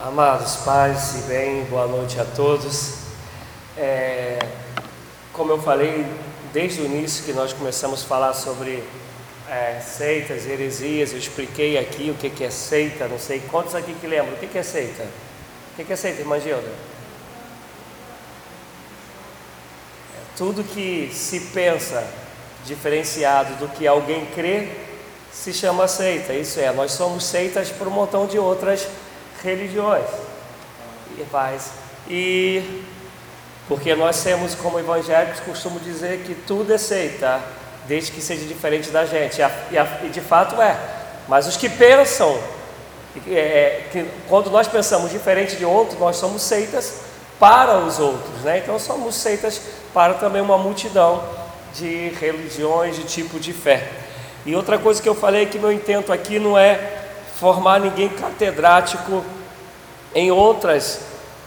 Amados pais e bem, boa noite a todos. Como eu falei desde o início que nós começamos a falar sobre seitas, heresias, eu expliquei aqui o que é seita. Não sei quantos aqui que lembram o que é seita. O que é seita, irmã Gilda? Tudo que se pensa diferenciado do que alguém crê se chama seita. Isso é, nós somos seitas por um montão de outras religiões e porque nós temos, como evangélicos, costumo dizer que tudo é seita, desde que seja diferente da gente, e de fato é. Mas os que pensam que quando nós pensamos diferente de outros, nós somos seitas para os outros, né? Então somos seitas para também uma multidão de religiões, de tipo de fé. E outra coisa que eu falei, que meu intento aqui não é formar ninguém catedrático em outras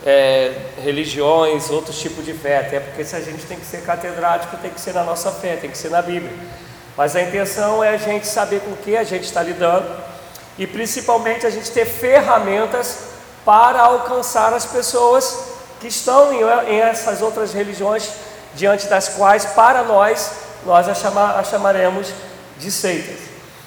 religiões, outros tipos de fé, até porque se a gente tem que ser catedrático, tem que ser na nossa fé, tem que ser na Bíblia. Mas a intenção é a gente saber com o que a gente está lidando e principalmente a gente ter ferramentas para alcançar as pessoas que estão em essas outras religiões, diante das quais, para nós a chamaremos de seitas.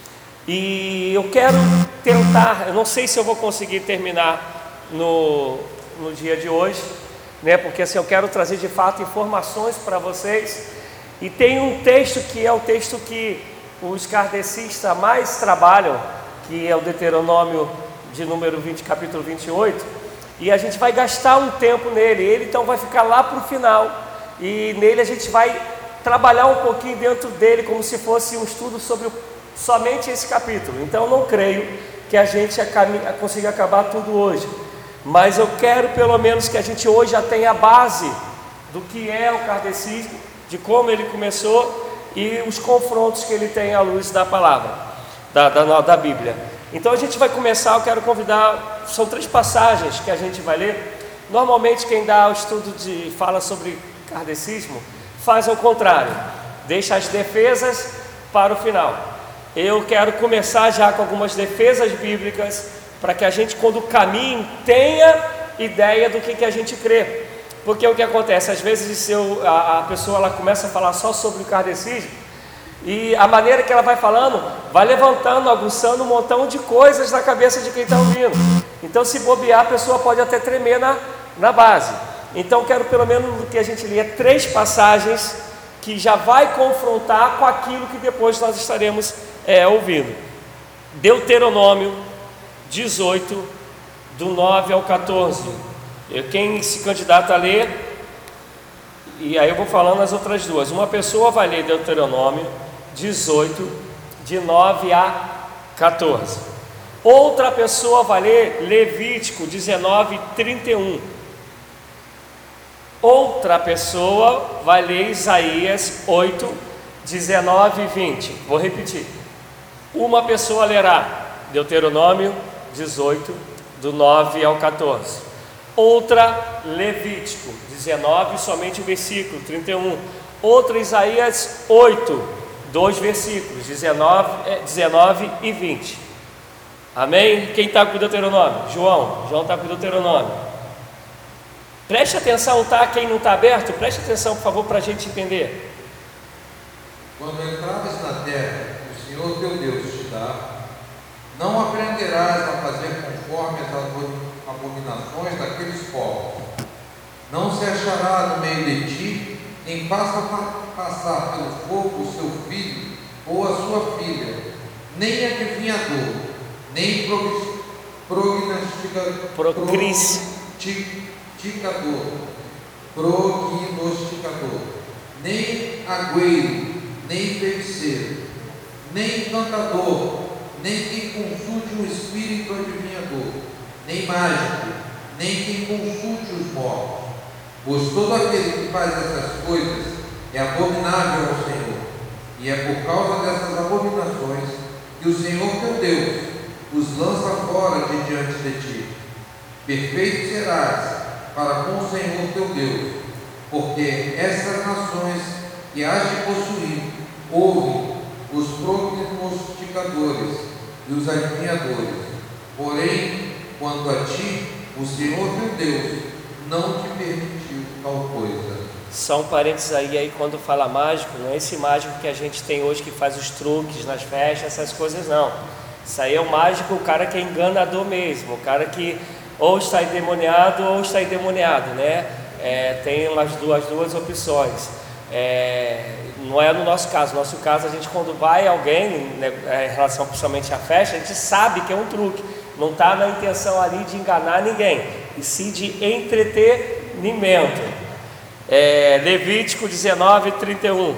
E eu quero tentar, eu não sei se eu vou conseguir terminar no dia de hoje, né? Porque assim, eu quero trazer de fato informações para vocês. E tem um texto que é o texto que os kardecistas mais trabalham, que é o Deuteronômio de número 20, capítulo 28. E a gente vai gastar um tempo nele, ele então vai ficar lá para o final. E nele a gente vai trabalhar um pouquinho dentro dele, como se fosse um estudo sobre somente esse capítulo. Então eu não creio que a gente consiga acabar tudo hoje, mas eu quero pelo menos que a gente hoje já tenha a base do que é o kardecismo, de como ele começou e os confrontos que ele tem à luz da palavra, da Bíblia. Então a gente vai começar, eu quero convidar, são 3 passagens que a gente vai ler. Normalmente quem dá o estudo fala sobre kardecismo faz ao contrário, deixa as defesas para o final. Eu quero começar já com algumas defesas bíblicas, para que a gente, quando caminhe, tenha ideia do que a gente crê. Porque o que acontece, às vezes a pessoa ela começa a falar só sobre o kardecismo, e a maneira que ela vai falando, vai levantando, aguçando um montão de coisas na cabeça de quem está ouvindo. Então, se bobear, a pessoa pode até tremer na base. Então, quero pelo menos que a gente leia 3 passagens que já vai confrontar com aquilo que depois nós estaremos ouvindo. Deuteronômio 18, do 9 ao 14. Quem se candidata a ler, e aí eu vou falando as outras 2. Uma pessoa vai ler Deuteronômio 18, de 9 a 14. Outra pessoa vai ler Levítico 19, 31. Outra pessoa vai ler Isaías 8, 19 e 20. Vou repetir. Uma pessoa lerá Deuteronômio 18, do 9 ao 14. Outra Levítico 19, somente o versículo 31. Outra Isaías 8, 2 versículos 19 e 20. Amém? Quem está com o Deuteronômio? João está com o Deuteronômio. Preste atenção, tá? Quem não está aberto, preste atenção, por favor, para a gente entender. Quando entrares na terra que o Senhor teu Deus te dá, não aprenderás a fazer conforme as abominações daqueles povos. Não se achará no meio de ti, nem faça passar pelo fogo o seu filho ou a sua filha, nem adivinhador, nem prognosticador, nem agüeiro, nem feiticeiro, nem encantador, nem quem consulte um espírito adivinhador, nem mágico, nem quem consulte os mortos. Pois todo aquele que faz essas coisas é abominável ao Senhor, e é por causa dessas abominações que o Senhor teu Deus os lança fora de diante de ti. Perfeito serás para com o Senhor teu Deus, porque essas nações que hás de possuir ouvem os prognosticadores e os adivinhadores, porém, quanto a ti, o Senhor teu Deus não te permitiu tal coisa. Só um parênteses aí quando fala mágico, não é esse mágico que a gente tem hoje que faz os truques nas festas, essas coisas não. Isso aí é o mágico, o cara que é enganador mesmo, o cara que ou está endemoniado ou está endemoniado, né? Tem as duas opções. Não é no nosso caso. No nosso caso, a gente quando vai alguém, né, em relação principalmente à festa, a gente sabe que é um truque. Não está na intenção ali de enganar ninguém, e sim de entretenimento. Levítico 19:31.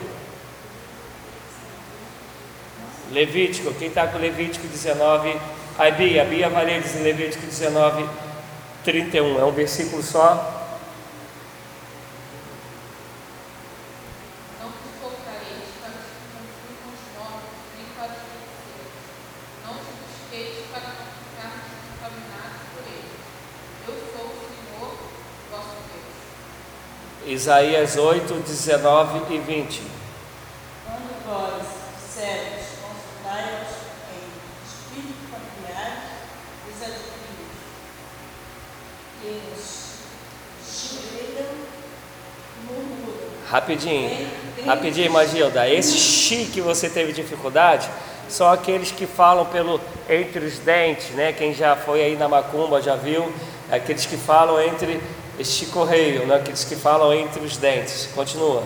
Levítico, quem está com Levítico 19? A Bia vai ler Levítico 19:31. É um versículo só. Isaías 8:19 e 20. Quando vós disserdes, consultai aos espíritos familiares dos adquiridos, que os xingam, murmuram. Rapidinho, Magilda. Esse chi que você teve dificuldade são aqueles que falam entre os dentes, né? Quem já foi aí na macumba já viu, aqueles que falam entre este correio, né? Aqueles que falam entre os dentes. Continua.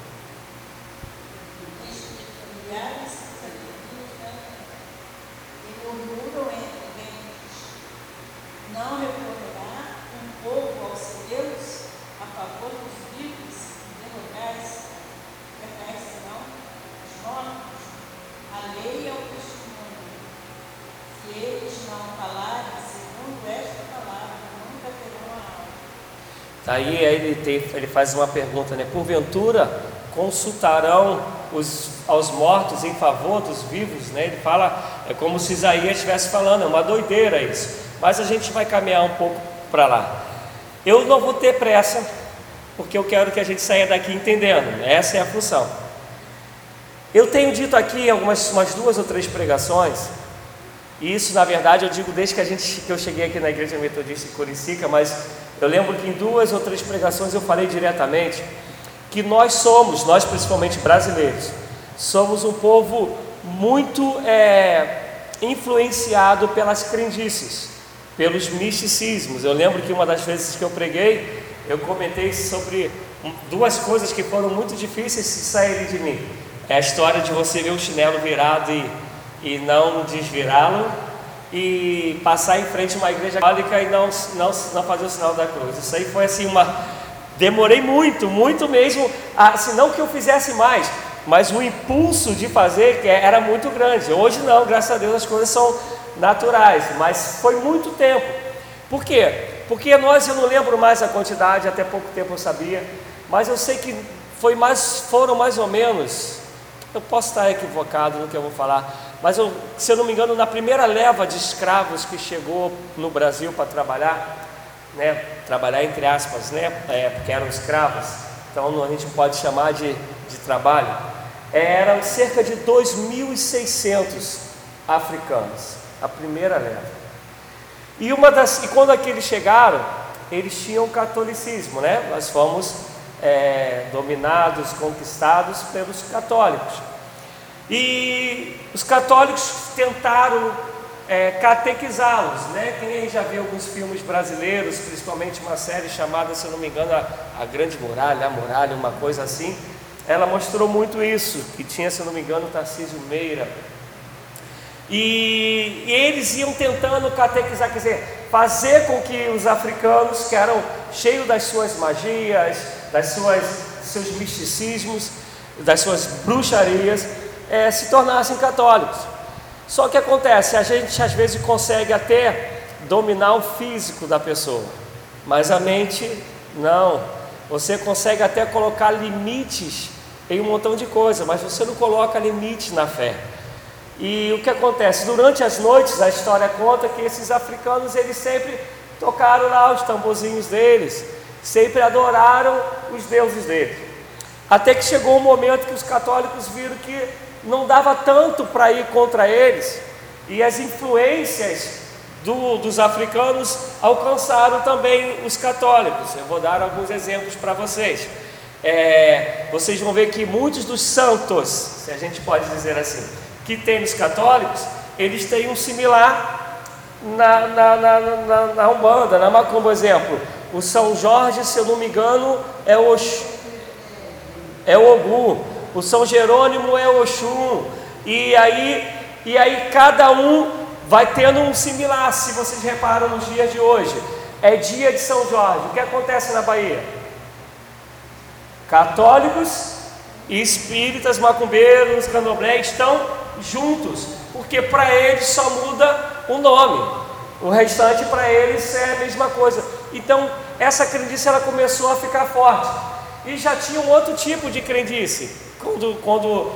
Não recorrerá um povo aos seus a favor dos vivos, derrogais, não, os mortos, a lei é o testemunho. Se eles não falarem segundo esta palavra, nunca terão a alma. Aí ele faz uma pergunta, né? Porventura consultarão aos mortos em favor dos vivos, né? Ele fala, é como se Isaías estivesse falando, é uma doideira isso. Mas a gente vai caminhar um pouco para lá. Eu não vou ter pressa, porque eu quero que a gente saia daqui entendendo. Essa é a função. Eu tenho dito aqui em umas 2 ou 3 pregações, e isso na verdade eu digo desde que eu cheguei aqui na Igreja Metodista em Curicica, mas eu lembro que em 2 ou 3 pregações eu falei diretamente que nós principalmente brasileiros, somos um povo muito influenciado pelas crendices, pelos misticismos. Eu lembro que uma das vezes que eu preguei, eu comentei sobre 2 coisas que foram muito difíceis de saírem de mim. É a história de você ver o chinelo virado e não desvirá-lo, e passar em frente a uma igreja católica e não fazer o sinal da cruz. Isso aí foi assim demorei muito mesmo, assim, não que eu fizesse mais, mas o impulso de fazer era muito grande. Hoje não, graças a Deus as coisas são naturais, mas foi muito tempo. Por quê? Porque eu não lembro mais a quantidade, até pouco tempo eu sabia, mas eu sei que foram mais ou menos, eu posso estar equivocado no que eu vou falar, mas se eu não me engano, na primeira leva de escravos que chegou no Brasil para trabalhar, né, trabalhar entre aspas, né, porque eram escravos, então a gente pode chamar de trabalho, eram cerca de 2.600 africanos, a primeira leva. E quando aqueles chegaram, eles tinham o catolicismo, né? Nós fomos dominados, conquistados pelos católicos. E os católicos tentaram catequizá-los, né? Quem aí já viu alguns filmes brasileiros, principalmente uma série chamada, se eu não me engano, a Grande Muralha, a Muralha, uma coisa assim, ela mostrou muito isso, que tinha, se eu não me engano, Tarcísio Meira. E eles iam tentando catequizar, quer dizer, fazer com que os africanos, que eram cheios das suas magias, seus misticismos, das suas bruxarias, se tornassem católicos. Só que acontece, a gente às vezes consegue até dominar o físico da pessoa, mas a mente não. Você consegue até colocar limites em um montão de coisas, mas você não coloca limites na fé. E o que acontece? Durante as noites, a história conta que esses africanos, eles sempre tocaram lá os tamborzinhos deles, sempre adoraram os deuses deles. Até que chegou um momento que os católicos viram que não dava tanto para ir contra eles, e as influências dos africanos alcançaram também os católicos. Eu vou dar alguns exemplos para vocês. Vocês vão ver que muitos dos santos, se a gente pode dizer assim, que tem nos católicos, eles têm um similar na Umbanda, na Macumba. Por exemplo, o São Jorge, se eu não me engano, é o Ogum, o São Jerônimo é o Oxum, e aí cada um vai tendo um similar. Se vocês reparam nos dias de hoje, é dia de São Jorge. O que acontece na Bahia? Católicos e espíritas, macumbeiros, candomblé estão juntos, porque para eles só muda o nome, o restante para eles é a mesma coisa. Então essa crendice ela começou a ficar forte, e já tinha um outro tipo de crendice quando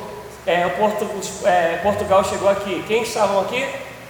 Portugal chegou aqui. Quem estavam aqui?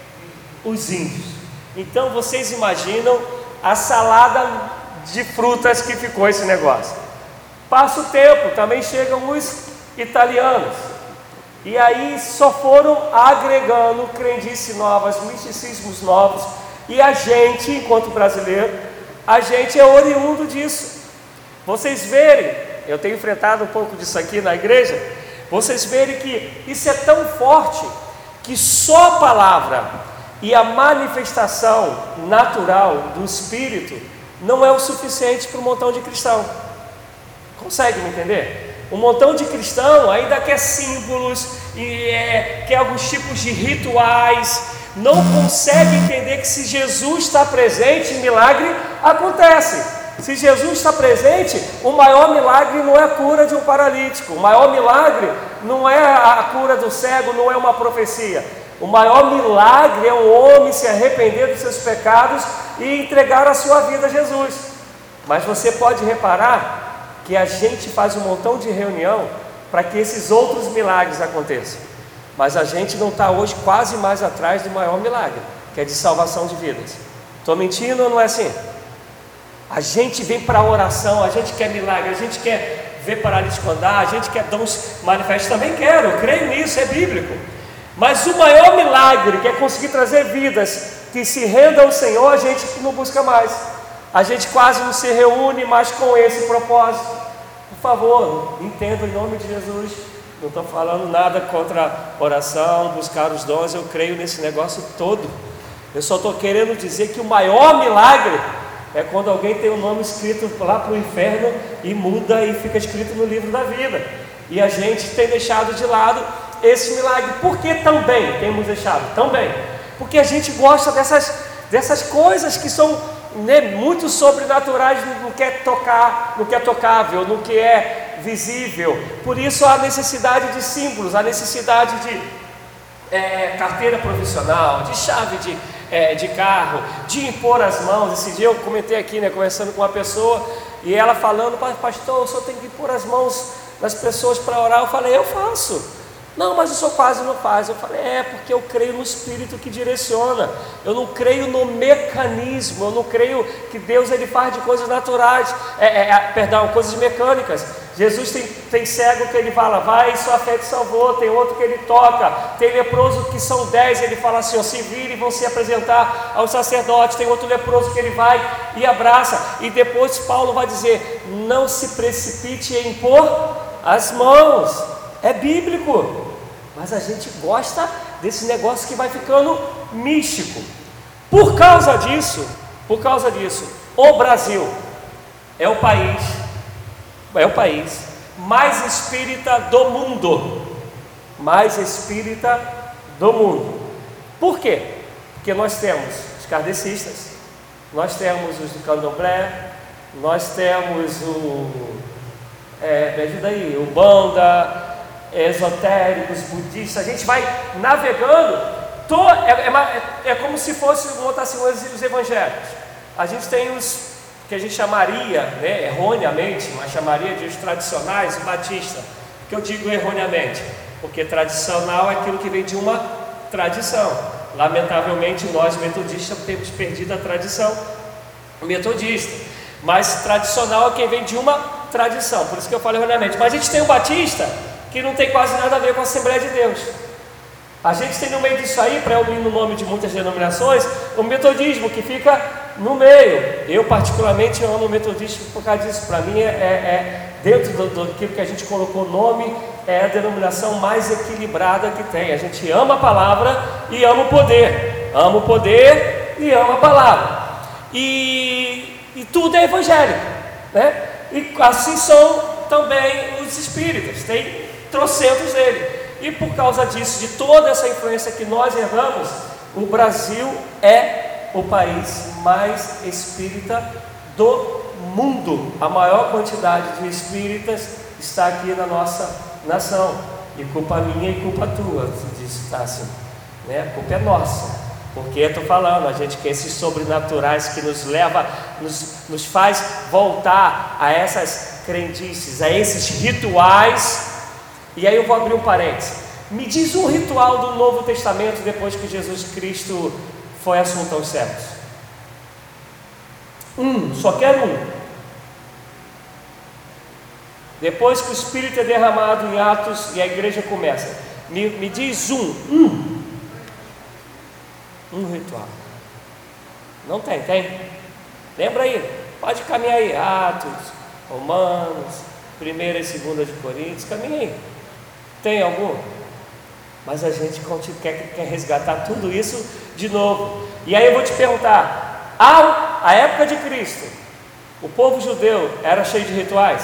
Os índios. Então vocês imaginam a salada de frutas que ficou esse negócio. Passa o tempo, também chegam os italianos, e aí só foram agregando crendices novas, misticismos novos, e a gente, enquanto brasileiro, a gente é oriundo disso. Vocês verem, eu tenho enfrentado um pouco disso aqui na igreja, vocês verem que isso é tão forte, que só a palavra e a manifestação natural do Espírito não é o suficiente para um montão de cristão. Consegue me entender? Um montão de cristão ainda quer símbolos e quer alguns tipos de rituais, não consegue entender que se Jesus está presente, milagre acontece. Se Jesus está presente, o maior milagre não é a cura de um paralítico, o maior milagre não é a cura do cego, não é uma profecia. O maior milagre é um homem se arrepender dos seus pecados e entregar a sua vida a Jesus. Mas você pode reparar que a gente faz um montão de reunião para que esses outros milagres aconteçam, mas a gente não está hoje quase mais atrás do maior milagre, que é de salvação de vidas. Estou mentindo ou não é assim? A gente vem para a oração, a gente quer milagre, a gente quer ver paralítico andar, a gente quer dons manifestos. Também quero, eu creio nisso, é bíblico. Mas o maior milagre, que é conseguir trazer vidas que se rendam ao Senhor, a gente não busca mais. A gente quase não se reúne mais com esse propósito. Por favor, entenda em nome de Jesus. Não estou falando nada contra oração, buscar os dons. Eu creio nesse negócio todo. Eu só estou querendo dizer que o maior milagre é quando alguém tem o nome escrito lá para o inferno e muda e fica escrito no livro da vida. E a gente tem deixado de lado esse milagre. Por que também temos deixado? Também porque a gente gosta dessas coisas que são muito sobrenaturais, no que é tocar, no que é tocável, no que é visível. Por isso a necessidade de símbolos, a necessidade de carteira profissional, de chave de carro, de impor as mãos. Esse dia eu comentei aqui, conversando com uma pessoa, e ela falando: pastor, o senhor tem que impor as mãos das pessoas para orar. Eu falei: eu faço. Não, mas o senhor quase não faz. Eu falei: porque eu creio no Espírito que direciona. Eu não creio no mecanismo. Eu não creio que Deus ele faz de coisas naturais, coisas mecânicas. Jesus tem cego que ele fala: vai, sua fé te salvou. Tem outro que ele toca. Tem leproso que são 10, ele fala assim: se virem e vão se apresentar ao sacerdote. Tem outro leproso que ele vai e abraça. E depois Paulo vai dizer: não se precipite em impor as mãos. É bíblico, mas a gente gosta desse negócio que vai ficando místico. Por causa disso, o Brasil é o país mais espírita do mundo. Mais espírita do mundo. Por quê? Porque nós temos os kardecistas, nós temos os do candomblé, nós temos me ajuda aí, o banda, esotéricos, budistas. A gente vai navegando, é como se fosse, vamos botar assim, os evangélicos. A gente tem os que a gente chamaria, erroneamente, mas chamaria de os tradicionais, o batista. Por que eu digo erroneamente? Porque tradicional é aquilo que vem de uma tradição. Lamentavelmente nós metodistas temos perdido a tradição metodista, mas tradicional é quem vem de uma tradição, por isso que eu falo erroneamente. Mas a gente tem o batista, que não tem quase nada a ver com a Assembleia de Deus. A gente tem no meio disso aí, para eu ir no nome de muitas denominações, o metodismo, que fica no meio. Eu particularmente amo o metodismo por causa disso. Para mim dentro daquilo que a gente colocou nome, é a denominação mais equilibrada que tem. A gente ama a palavra e ama o poder. Ama o poder e ama a palavra. E tudo é evangélico, né? E assim são também os espíritas, tem trocentos dele. E por causa disso, de toda essa influência que nós herdamos, o Brasil é o país mais espírita do mundo. A maior quantidade de espíritas está aqui na nossa nação. E culpa minha e culpa tua, disso está assim, né? A culpa é nossa. Porque eu estou falando, a gente quer esses sobrenaturais que nos leva, nos faz voltar a essas crendices, a esses rituais. E aí eu vou abrir um parênteses. Me diz um ritual do Novo Testamento depois que Jesus Cristo foi assunto aos céus. Só quero um. Depois que o Espírito é derramado em Atos e a igreja começa. Me diz um ritual. Não tem? Lembra aí? Pode caminhar aí. Atos, Romanos, 1ª e 2ª de Coríntios, caminha aí. Tem algum? Mas a gente quer resgatar tudo isso de novo. E aí eu vou te perguntar: a época de Cristo, o povo judeu era cheio de rituais?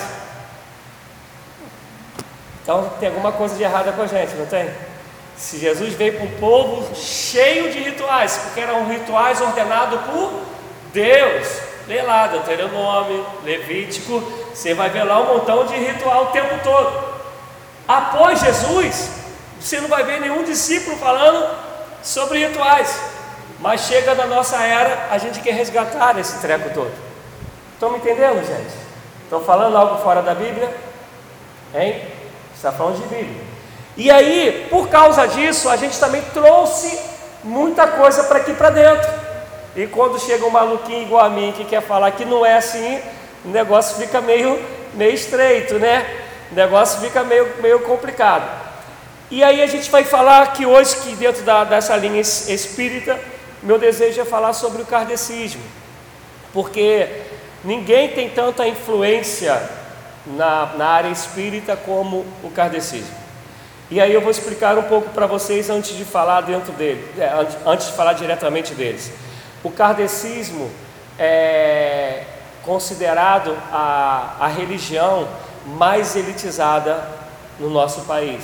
Então tem alguma coisa de errada com a gente, não tem? Se Jesus veio para um povo cheio de rituais, porque eram rituais ordenados por Deus. Lê lá, Deuteronômio, Levítico, você vai ver lá um montão de ritual o tempo todo. Após Jesus, você não vai ver nenhum discípulo falando sobre rituais. Mas chega na nossa era, a gente quer resgatar esse treco todo. Estão me entendendo, gente? Estou falando algo fora da Bíblia? Hein? Está falando de Bíblia. E aí, por causa disso, a gente também trouxe muita coisa para aqui para dentro. E quando chega um maluquinho igual a mim que quer falar que não é assim, o negócio fica meio estreito, né? O negócio fica meio complicado. E aí a gente vai falar aqui hoje, que dentro dessa linha espírita, meu desejo é falar sobre o kardecismo. Porque ninguém tem tanta influência na área espírita como o kardecismo. E aí eu vou explicar um pouco para vocês antes de falar antes de falar diretamente deles. O kardecismo é considerado a religião mais elitizada no nosso país.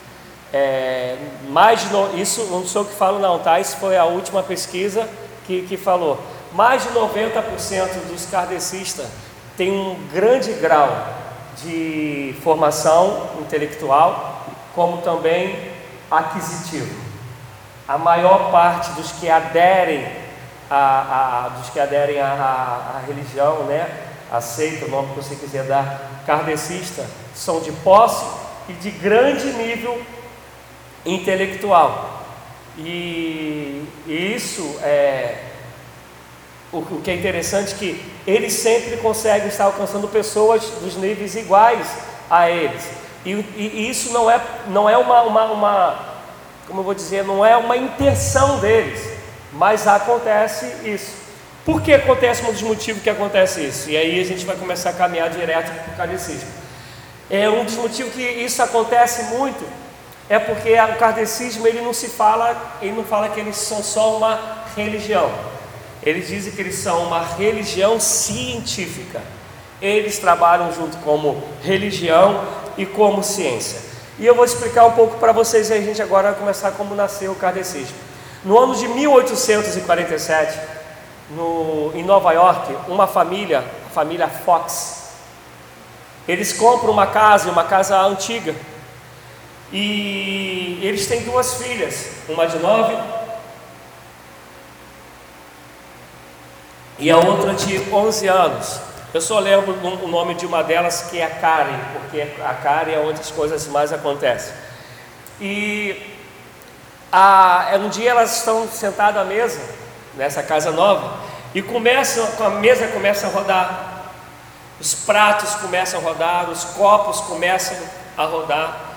Isso não sou eu que falo não, tá? Isso foi a última pesquisa que falou. Mais de 90% dos kardecistas têm um grande grau de formação intelectual, como também aquisitivo. A maior parte dos que aderem à religião, né, aceita o nome que você quiser dar, kardecista, são de posse e de grande nível intelectual. E isso o que é interessante, que eles sempre conseguem estar alcançando pessoas dos níveis iguais a eles. E isso não é uma como eu vou dizer, não é uma intenção deles, mas acontece isso. Por que acontece? Um dos motivos que acontece isso, e aí a gente vai começar a caminhar direto para o kardecismo. Um dos motivos que isso acontece muito é porque o kardecismo ele não fala que eles são só uma religião. Eles dizem que eles são uma religião científica. Eles trabalham junto como religião e como ciência. E eu vou explicar um pouco para vocês, e a gente agora vai começar como nasceu o kardecismo. No ano de 1847, em Nova York, a família Fox, eles compram uma casa antiga, e eles têm 2 filhas, uma de 9 e a outra de 11 anos. Eu só lembro o nome de uma delas, que é a Karen, porque a Karen é onde as coisas mais acontecem. E um dia elas estão sentadas à mesa, nessa casa nova, e a mesa começa a rodar, os pratos começam a rodar, os copos começam a rodar,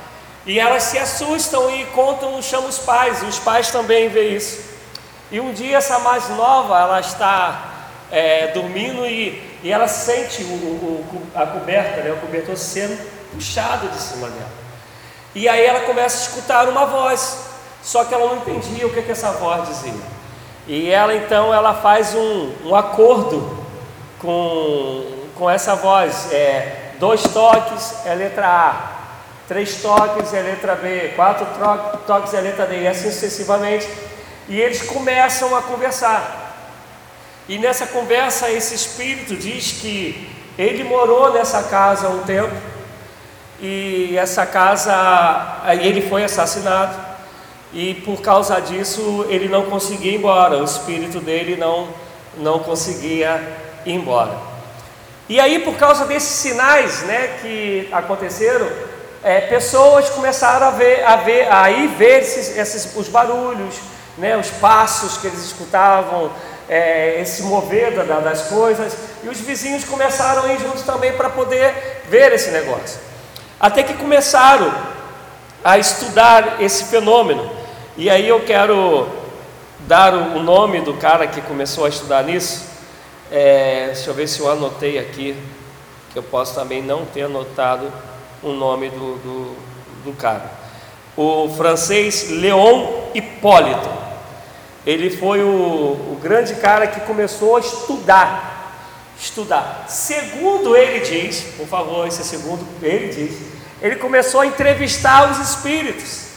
E elas se assustam e contam, chamam os pais, e os pais também veem isso. E um dia essa mais nova, ela está dormindo e ela sente a coberta, né, o cobertor sendo puxado de cima dela. E aí ela começa a escutar uma voz, só que ela não entendia o que essa voz dizia. E ela então faz um acordo com essa voz. 2 toques é letra A, 3 toques é letra B, 4 toques é letra D, e assim sucessivamente. E eles começam a conversar. E nessa conversa esse espírito diz que ele morou nessa casa um tempo, e essa casa, ele foi assassinado, e por causa disso ele não conseguia ir embora, o espírito dele não conseguia ir embora. E aí, por causa desses sinais, né, que aconteceram, pessoas começaram a ver os barulhos, né, os passos que eles escutavam, esse mover das coisas, e os vizinhos começaram a ir juntos também para poder ver esse negócio, até que começaram a estudar esse fenômeno. E aí eu quero dar o nome do cara que começou a estudar nisso. Deixa eu ver se eu anotei aqui, que eu posso também não ter anotado o nome do cara. O francês Léon Hippolyte. Ele foi o grande cara que começou a estudar. Segundo ele diz, por favor, esse é segundo ele diz, ele começou a entrevistar os espíritos.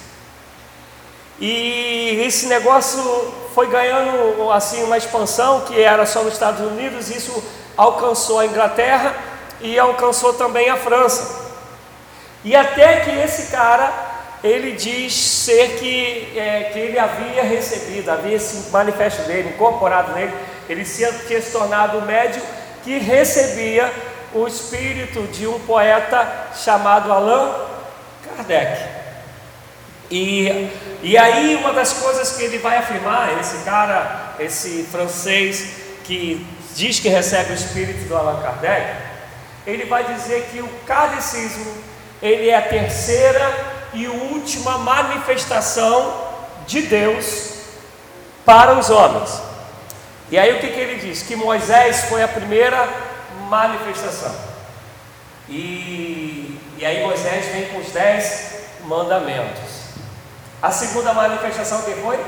E esse negócio foi ganhando assim uma expansão, que era só nos Estados Unidos. Isso alcançou a Inglaterra e alcançou também a França. E até que esse cara, ele diz ser que ele havia recebido, havia esse manifesto dele, incorporado nele, ele tinha se tornado um médium que recebia o espírito de um poeta chamado Allan Kardec. E aí uma das coisas que ele vai afirmar, esse cara, esse francês que diz que recebe o espírito do Allan Kardec, ele vai dizer que o kardecismo, ele é a terceira e última manifestação de Deus para os homens. E aí o que ele diz? Que Moisés foi a primeira manifestação. E aí Moisés vem com os 10 mandamentos. A segunda manifestação quem foi?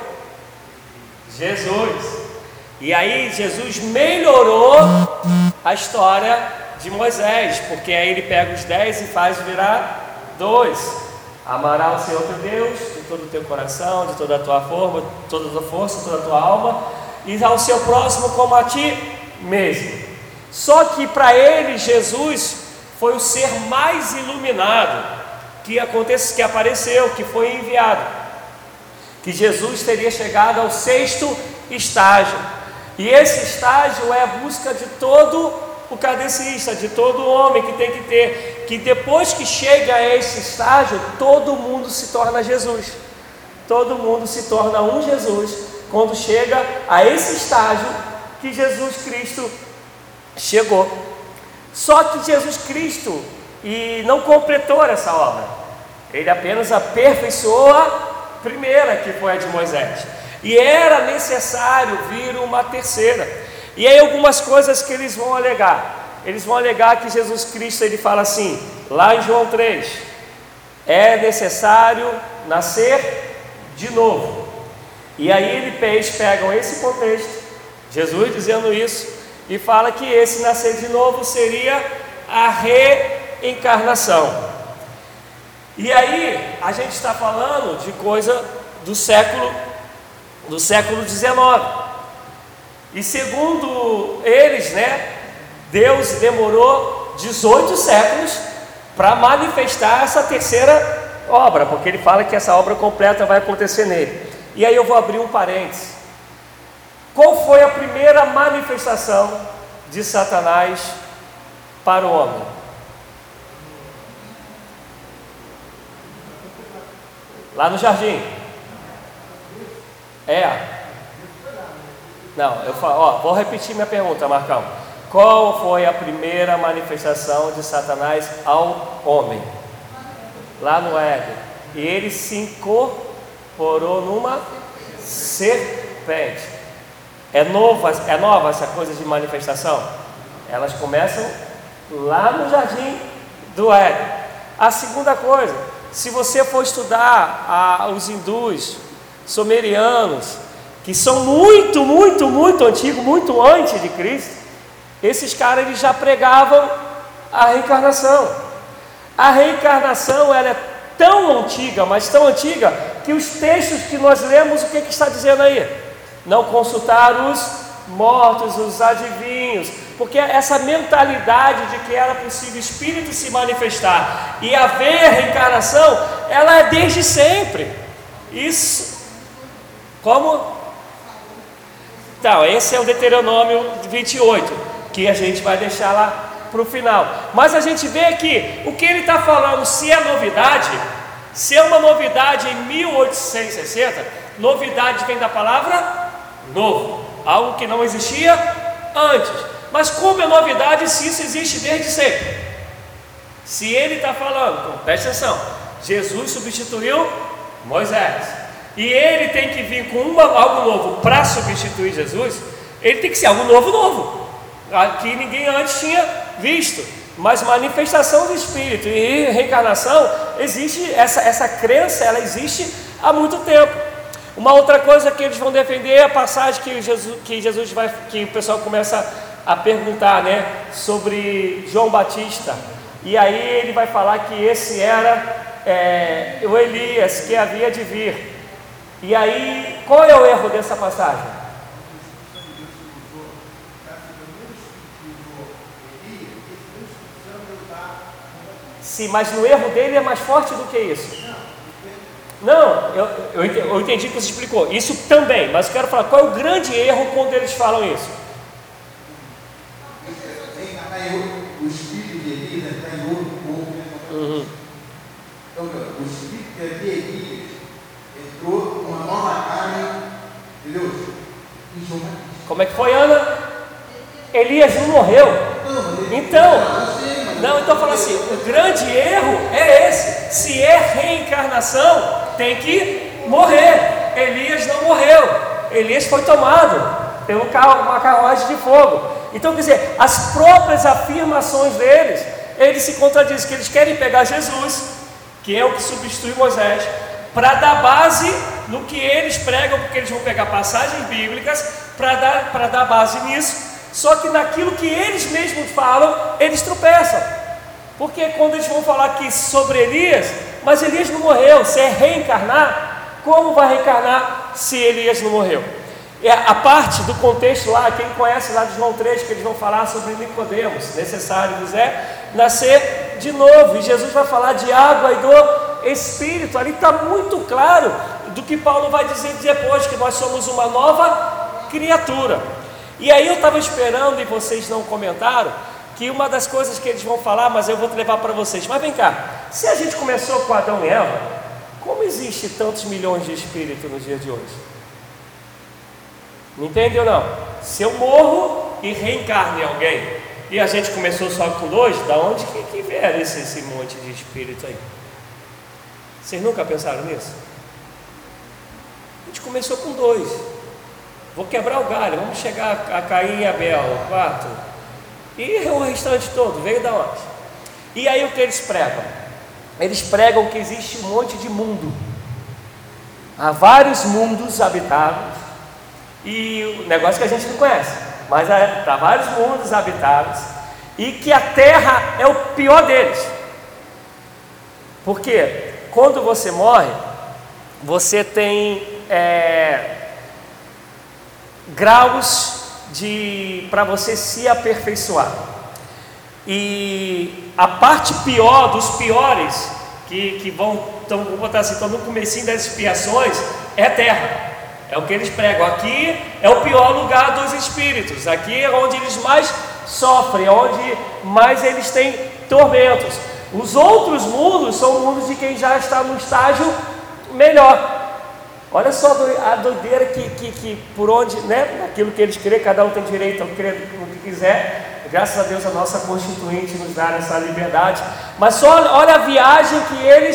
Jesus. E aí Jesus melhorou a história de Moisés, porque aí ele pega os 10 e faz virar 2. Amará o Senhor teu Deus de todo o teu coração, de toda a tua forma, de toda a tua força, toda a tua alma, e ao seu próximo como a ti mesmo. Só que para ele Jesus foi o ser mais iluminado que apareceu, que foi enviado. Que Jesus teria chegado ao 6º estágio. E esse estágio é a busca de todo o kardecista, de todo homem que tem que ter, que depois que chega a esse estágio, todo mundo se torna Jesus. Todo mundo se torna um Jesus quando chega a esse estágio que Jesus Cristo chegou. Só que Jesus Cristo não completou essa obra. Ele apenas aperfeiçoou a primeira, que foi a de Moisés. E era necessário vir uma terceira. E aí algumas coisas que eles vão alegar. Eles vão alegar que Jesus Cristo, ele fala assim, lá em João 3, é necessário nascer de novo. E aí eles pegam esse contexto, Jesus dizendo isso, e fala que esse nascer de novo seria a reencarnação. E aí a gente está falando de coisa do século XIX. E segundo eles, né, Deus demorou 18 séculos para manifestar essa terceira obra, porque ele fala que essa obra completa vai acontecer nele. E aí eu vou abrir um parênteses. Qual foi a primeira manifestação de Satanás para o homem? Lá no jardim. Não, eu falo, vou repetir minha pergunta, Marcão. Qual foi a primeira manifestação de Satanás ao homem? Lá no Éden. E ele se incorporou numa serpente. É nova essa coisa de manifestação? Elas começam lá no jardim do Éden. A segunda coisa, se você for estudar os hindus, sumerianos, que são muito antigos, muito antes de Cristo, esses caras eles já pregavam a reencarnação. A reencarnação ela é tão antiga, mas tão antiga, que os textos que nós lemos, o que está dizendo aí? Não consultar os mortos, os adivinhos, porque essa mentalidade de que era possível o espírito se manifestar e haver reencarnação, ela é desde sempre. Isso, como? Então, esse é o Deuteronômio 28, que a gente vai deixar lá para o final. Mas a gente vê aqui, o que ele está falando, se é novidade, se é uma novidade em 1860, novidade vem da palavra novo, algo que não existia antes. Mas como é novidade se isso existe desde sempre? Se ele está falando, então, presta atenção, Jesus substituiu Moisés, e ele tem que vir com algo novo para substituir Jesus, ele tem que ser algo novo, que ninguém antes tinha visto. Mas manifestação do Espírito e reencarnação, existe, essa crença, ela existe há muito tempo. Uma outra coisa que eles vão defender é a passagem que o pessoal começa a perguntar, né, sobre João Batista. E aí ele vai falar que esse era o Elias que havia de vir. E aí, qual é o erro dessa passagem? Sim, mas no erro dele é mais forte do que isso. Não, eu entendi o que você explicou. Isso também, mas eu quero falar qual é o grande erro quando eles falam isso. O espírito de Elias está em outro corpo. Uhum. Então, o espírito de Elias entrou numa nova carne, entendeu? Como é que foi, Ana? Elias não morreu. Então fala assim, o grande erro é esse. Se é reencarnação, tem que morrer. Elias não morreu. Elias foi tomado pelo uma carruagem de fogo. Então, quer dizer, as próprias afirmações deles, eles se contradizem, que eles querem pegar Jesus, que é o que substitui Moisés, para dar base no que eles pregam, porque eles vão pegar passagens bíblicas para dar base nisso. Só que naquilo que eles mesmos falam, eles tropeçam. Porque quando eles vão falar aqui sobre Elias, mas Elias não morreu, se é reencarnar, como vai reencarnar se Elias não morreu? A parte do contexto lá, quem conhece lá de João 3, que eles vão falar sobre Nicodemos, necessário nos nascer de novo, e Jesus vai falar de água e do Espírito. Ali está muito claro do que Paulo vai dizer depois, que nós somos uma nova criatura. E aí eu estava esperando, e vocês não comentaram, que uma das coisas que eles vão falar, mas eu vou levar para vocês. Mas vem cá, se a gente começou com Adão e Eva, como existe tantos milhões de espíritos nos dias de hoje? Me entende ou não? Se eu morro e reencarno em alguém, e a gente começou só com 2, da onde que vieram esse monte de espírito aí? Vocês nunca pensaram nisso? A gente começou com 2. Vou quebrar o galho, vamos chegar a Caim e Abel, 4. E o restante todo, veio da onde? E aí o que eles pregam? Eles pregam que existe um monte de mundo. Há vários mundos habitados. E o negócio que a gente não conhece, mas há vários mundos habitados. E que a Terra é o pior deles. Porque quando você morre, você tem graus para você se aperfeiçoar. E a parte pior dos piores, que vamos botar assim, estão no comecinho das expiações, é a terra. É o que eles pregam. Aqui é o pior lugar dos espíritos. Aqui é onde eles mais sofrem, onde mais eles têm tormentos. Os outros mundos são mundos de quem já está no estágio melhor. Olha só a doideira que por onde, né? Aquilo que eles creem, cada um tem direito a crer no que quiser. Graças a Deus a nossa Constituinte nos dá essa liberdade. Mas só olha a viagem que eles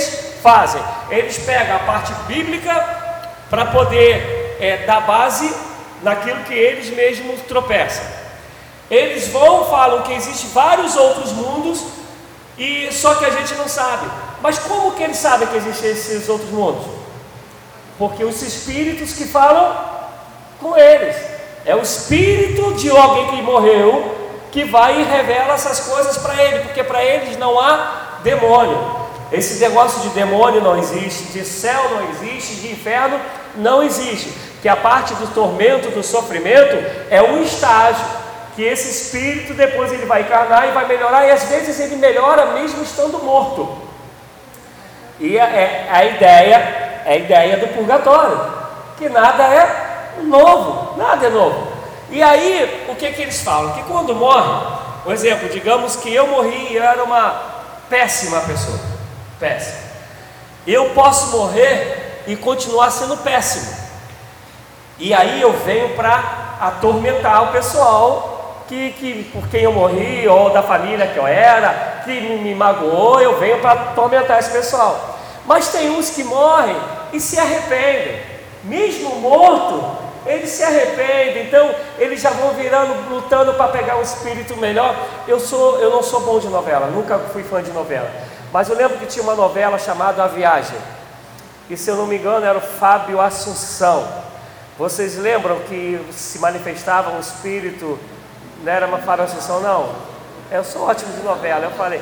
fazem? Eles pegam a parte bíblica para poder dar base naquilo que eles mesmos tropeçam. Eles falam que existem vários outros mundos, e só que a gente não sabe. Mas como que eles sabem que existem esses outros mundos? Porque os espíritos que falam com eles. É o espírito de alguém que morreu que vai e revela essas coisas para ele, porque para eles não há demônio. Esse negócio de demônio não existe, de céu não existe, de inferno não existe. Que a parte do tormento, do sofrimento, é um estágio que esse espírito depois ele vai encarnar e vai melhorar, e às vezes ele melhora mesmo estando morto. E a ideia do purgatório, que nada é novo, nada é novo. E aí, o que eles falam? Que quando morre, por exemplo, digamos que eu morri e eu era uma péssima pessoa, péssima. Eu posso morrer e continuar sendo péssimo. E aí eu venho para atormentar o pessoal que por quem eu morri, ou da família que eu era, que me magoou, eu venho para atormentar esse pessoal. Mas tem uns que morrem e se arrependem, mesmo morto, eles se arrependem, então eles já vão virando, lutando para pegar um espírito melhor. Eu não sou bom de novela, nunca fui fã de novela, mas eu lembro que tinha uma novela chamada A Viagem, e se eu não me engano era o Fábio Assunção. Vocês lembram que se manifestava um espírito? Não era uma Fábio Assunção, não? Eu sou ótimo de novela. Eu falei,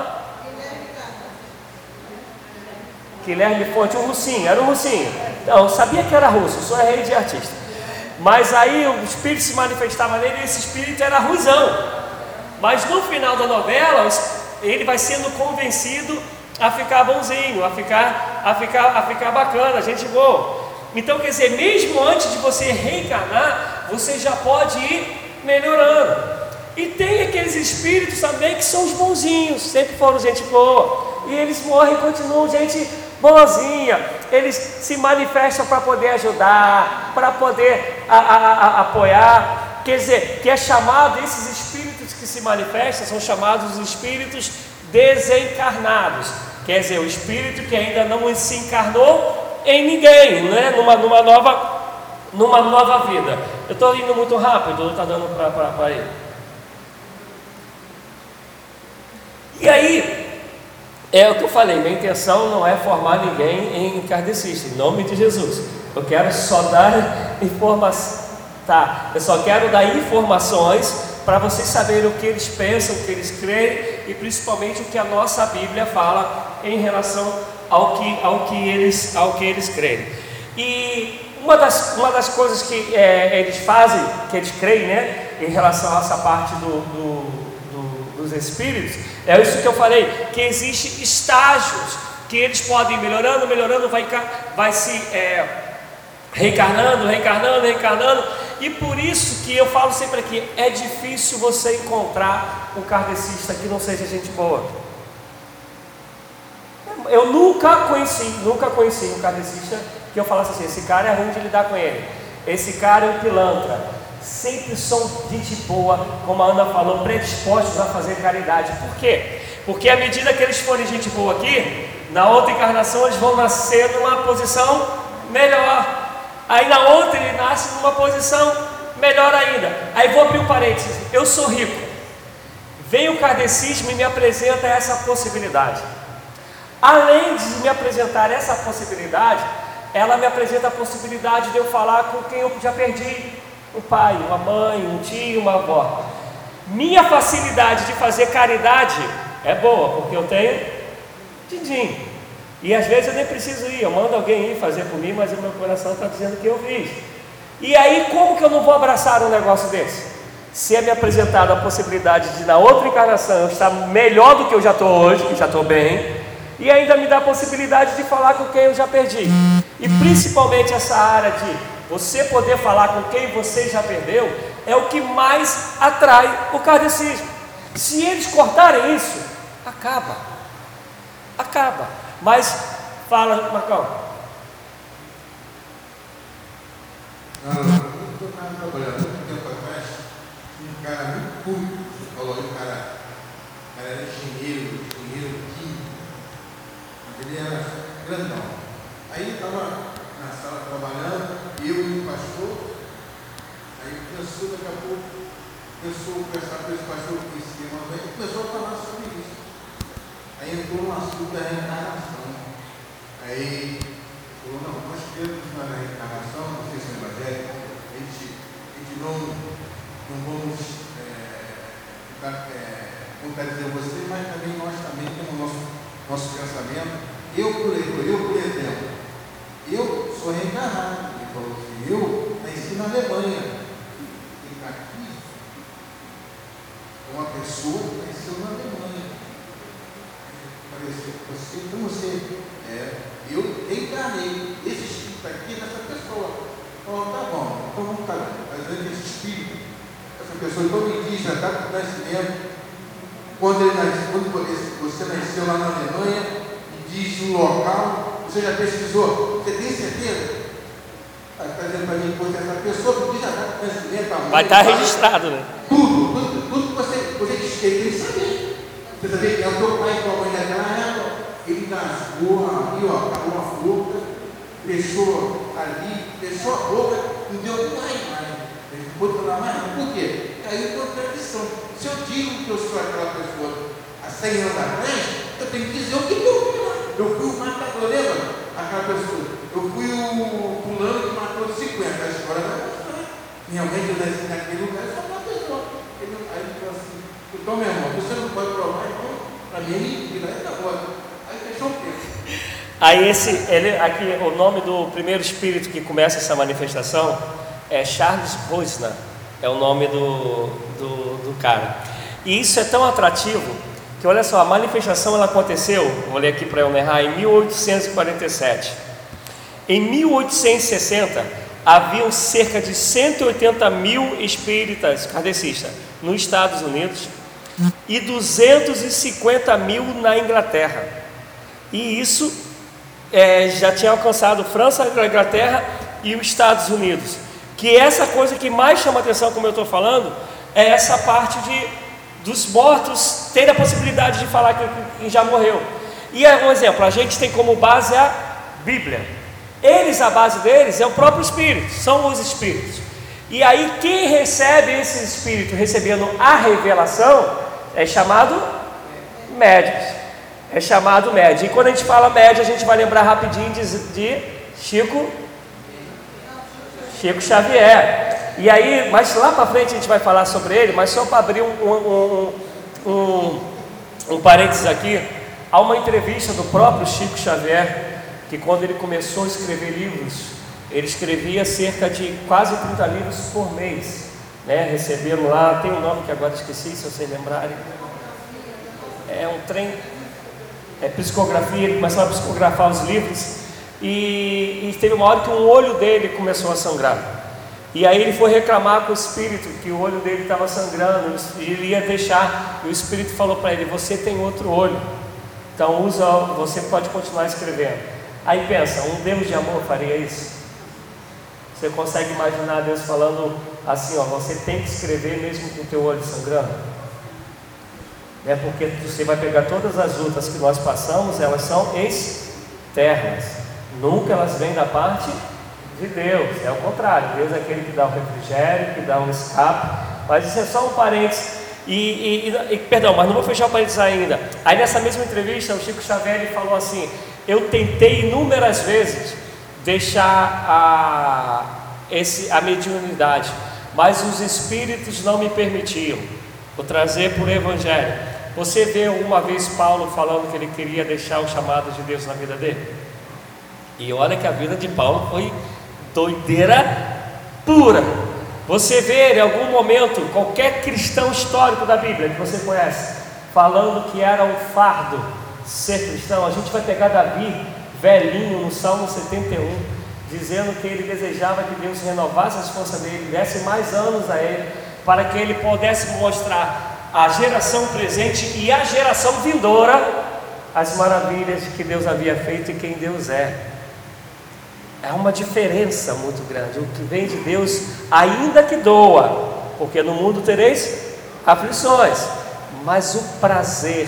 Guilherme Fonte, um russinho, era um russinho. Não, eu sabia que era russo, sou rei de artista. Mas aí o espírito se manifestava nele, e esse espírito era rusão. Mas no final da novela, ele vai sendo convencido a ficar bonzinho, a ficar bacana, gente boa. Então, quer dizer, mesmo antes de você reencarnar, você já pode ir melhorando. E tem aqueles espíritos também que são os bonzinhos, sempre foram gente boa, e eles morrem e continuam gente boazinha. Eles se manifestam para poder ajudar, para poder apoiar. Quer dizer, que é chamado, esses espíritos que se manifestam são chamados espíritos desencarnados. Quer dizer, o espírito que ainda não se encarnou em ninguém, né? numa nova vida. Eu estou indo muito rápido, não está dando para ir. E aí, é o que eu falei, minha intenção não é formar ninguém em kardecista, em nome de Jesus. Eu quero só dar informação, tá? Eu só quero dar informações para vocês saberem o que eles pensam, o que eles creem, e principalmente o que a nossa Bíblia fala em relação ao que eles creem. E uma das coisas que eles fazem, que eles creem, né, em relação a essa parte dos espíritos, é isso que eu falei, que existem estágios que eles podem ir melhorando, vai se reencarnando, e por isso que eu falo sempre aqui, é difícil você encontrar um kardecista que não seja gente boa. Eu nunca conheci um kardecista que eu falasse assim, esse cara é ruim de lidar com ele, esse cara é um pilantra. Sempre são gente boa, como a Ana falou, predispostos a fazer caridade. Por quê? Porque à medida que eles forem gente boa aqui, na outra encarnação eles vão nascer numa posição melhor. Aí na outra ele nasce numa posição melhor ainda. Aí vou abrir um parênteses, eu sou rico, vem o kardecismo e me apresenta essa possibilidade. Além de me apresentar essa possibilidade, ela me apresenta a possibilidade de eu falar com quem eu já perdi, um pai, uma mãe, um tio, uma avó. Minha facilidade de fazer caridade é boa, porque eu tenho din-din. E às vezes eu nem preciso ir, eu mando alguém ir fazer por mim, mas o meu coração está dizendo que eu fiz. E aí, como que eu não vou abraçar um negócio desse? Se é me apresentado a possibilidade de na outra encarnação eu estar melhor do que eu já estou hoje, que já estou bem, e ainda me dá a possibilidade de falar com quem eu já perdi. E principalmente essa área de você poder falar com quem você já perdeu, é o que mais atrai o kardecismo. Se eles cortarem isso, acaba. Mas, fala, Marcão. Eu estava trabalhando muito tempo atrás, um cara muito culto, você falou aí, o cara era engenheiro químico, Ele era grandão. Aí estava na sala trabalhando, eu e o pastor. Aí pensou, daqui a pouco, começou a conversar com esse pastor aqui em cima, e começou a falar sobre isso. Aí entrou no assunto da reencarnação. Aí falou, não, nós cremos na reencarnação, não sei se é evangélico, a gente não vamos contradizer você, mas também nós também temos nosso pensamento. Eu, por exemplo, eu sou reencarnado. Ele falou assim, eu nasci na Alemanha. Aqui, uma pessoa que nasceu na Alemanha. Então você, eu reencarnei. Esse espírito aqui é dessa pessoa. Oh, tá bom, então vamos estar fazendo esse espírito. Essa pessoa então me diz, já está com o nascimento. Quando você nasceu lá na Alemanha, diz o local, você já pesquisou, você tem certeza? Está dizendo para mim, essa pessoa que já está com o nascimento. Vai estar registrado, né? Tudo que você diz que ele tem que saber. Você sabe que é o teu pai e tua mãe daquela época, ele rasgou ali, ó, acabou a boca, fechou ali, fechou a boca, não deu mais. Ele botou na mão, por quê? Caiu em contradição. Se eu digo que eu sou aquela pessoa há 100 anos atrás, eu tenho que dizer o que eu fui lá. Eu fui o matador, lembra? Aquela pessoa. Eu fui o fulano que matou 50. A história vai mostrar. Realmente eu nasci naquele lugar, eu sou uma pessoa. Aí ele falou assim, então meu irmão, você não pode provar, então, para mim é mentira, aí tá bom. Aí fechou o tempo. Aí aqui, o nome do primeiro espírito que começa essa manifestação é Charles Rosner, é o nome do cara. E isso é tão atrativo que, olha só, a manifestação ela aconteceu, vou ler aqui para eu não errar, em 1847. Em 1860 haviam cerca de 180 mil espíritas kardecistas nos Estados Unidos e 250 mil na Inglaterra. E isso já tinha alcançado França, Inglaterra e os Estados Unidos. Que essa coisa que mais chama atenção, como eu estou falando, é essa parte dos mortos terem a possibilidade de falar que já morreu. E um exemplo, a gente tem como base a Bíblia. A base deles é o próprio Espírito, são os Espíritos. E aí quem recebe esse Espírito recebendo a revelação é chamado médiuns. É chamado médium. E quando a gente fala médium, a gente vai lembrar rapidinho de Chico Xavier. E aí, mas lá para frente a gente vai falar sobre ele, mas só para abrir um parênteses aqui, há uma entrevista do próprio Chico Xavier, que quando ele começou a escrever livros, ele escrevia cerca de quase 30 livros por mês, né? Recebendo lá, tem um nome que agora esqueci, se vocês lembrarem, é um trem, psicografia, ele começou a psicografar os livros. E teve uma hora que um olho dele começou a sangrar. E aí ele foi reclamar com o espírito que o olho dele estava sangrando. E ele ia deixar. E o espírito falou para ele: você tem outro olho, então você pode continuar escrevendo. Aí pensa, um Deus de amor faria isso? Você consegue imaginar Deus falando assim, ó, você tem que escrever mesmo com o teu olho sangrando? Porque você vai pegar todas as lutas que nós passamos, elas são externas. Nunca elas vêm da parte de Deus, é o contrário. Deus é aquele que dá o refrigério, que dá um escape. Mas isso é só um parênteses. Perdão, mas não vou fechar o parênteses ainda. Aí nessa mesma entrevista, o Chico Xavier ele falou assim: eu tentei inúmeras vezes deixar a mediunidade, mas os espíritos não me permitiam. Vou trazer por evangelho. Você vê uma vez Paulo falando que ele queria deixar o chamado de Deus na vida dele? E olha que a vida de Paulo foi doideira pura. Você vê em algum momento qualquer cristão histórico da Bíblia que você conhece falando que era um fardo ser cristão. A gente vai pegar Davi, velhinho, no Salmo 71, dizendo que ele desejava que Deus renovasse as forças dele, desse mais anos a ele, para que ele pudesse mostrar à geração presente e à geração vindoura as maravilhas que Deus havia feito e quem Deus é. É uma diferença muito grande. O que vem de Deus, ainda que doa, porque no mundo tereis aflições, mas o prazer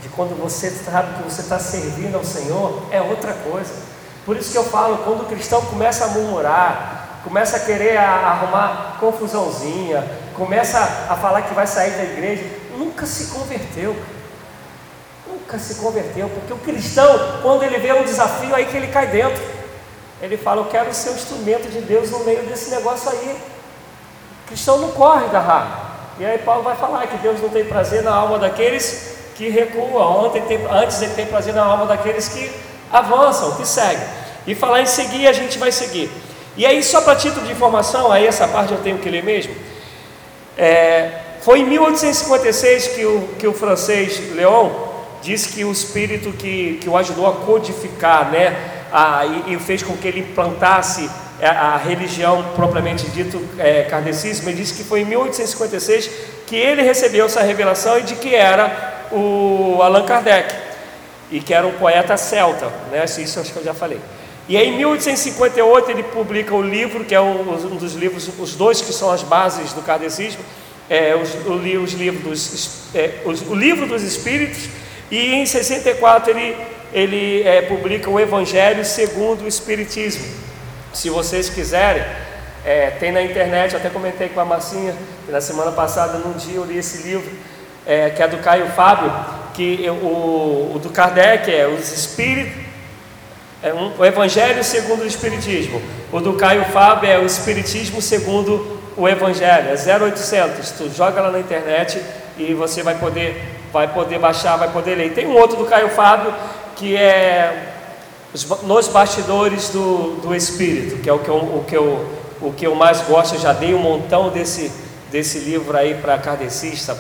de quando você sabe que você está servindo ao Senhor, é outra coisa. Por isso que eu falo, quando o cristão começa a murmurar, começa a querer arrumar confusãozinha, começa a falar que vai sair da igreja, nunca se converteu. Nunca se converteu, porque o cristão, quando ele vê um desafio, aí que ele cai dentro. Ele fala, eu quero ser um instrumento de Deus no meio desse negócio aí. O cristão não corre da raiva. E aí Paulo vai falar que Deus não tem prazer na alma daqueles que recuam, antes ele tem prazer na alma daqueles que avançam, que seguem. E falar em seguir, a gente vai seguir. E aí, só para título de informação, aí essa parte eu tenho que ler mesmo. Foi em 1856 que o francês Léon disse que o espírito que o ajudou a codificar, né, e fez com que ele implantasse a religião propriamente dito, kardecismo, ele disse que foi em 1856 que ele recebeu essa revelação e de que era o Allan Kardec, e que era um poeta celta, né? Isso acho que eu já falei. E aí, em 1858 ele publica o livro, que é um dos livros, os dois que são as bases do kardecismo, o livro dos Espíritos, e em 64 ele publica o Evangelho segundo o Espiritismo. Se vocês quiserem, tem na internet, eu até comentei com a Marcinha, que na semana passada, num dia eu li esse livro, que é do Caio Fábio, que o do Kardec os Espíritos, o Evangelho segundo o Espiritismo. O do Caio Fábio é o Espiritismo segundo o Evangelho, é 0800, tu joga lá na internet e você vai poder baixar, vai poder ler. E tem um outro do Caio Fábio, que é Nos Bastidores do Espírito, que é o que eu mais gosto. Eu já dei um montão desse livro aí para kardecista,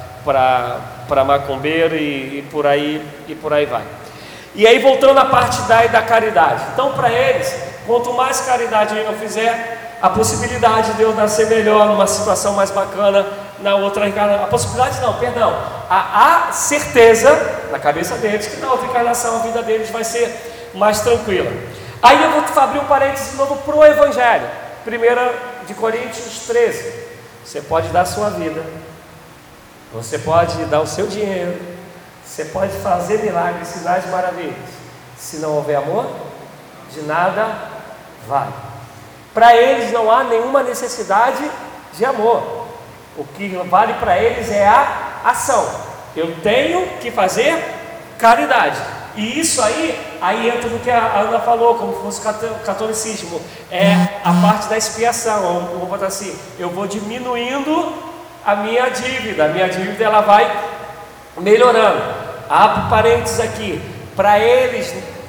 para macumbeiro e por aí vai. E aí, voltando à parte da caridade. Então, para eles, quanto mais caridade eu fizer, a possibilidade de eu nascer melhor, numa situação mais bacana, na outra encarnação. A possibilidade não, perdão. A certeza, na cabeça deles, que na outra encarnação a vida deles vai ser mais tranquila. Aí eu vou abrir um parênteses de novo para o Evangelho. 1 Coríntios 13. Você pode dar a sua vida, você pode dar o seu dinheiro, você pode fazer milagres, sinais, maravilhas. Se não houver amor, de nada vale. Para eles não há nenhuma necessidade de amor. O que vale para eles é a ação. Eu tenho que fazer caridade. E isso aí entra no que a Ana falou, como fosse o catolicismo. É a parte da expiação. Vou botar assim, eu vou diminuindo a minha dívida. A minha dívida ela vai melhorando. Abro parênteses aqui. Para eles,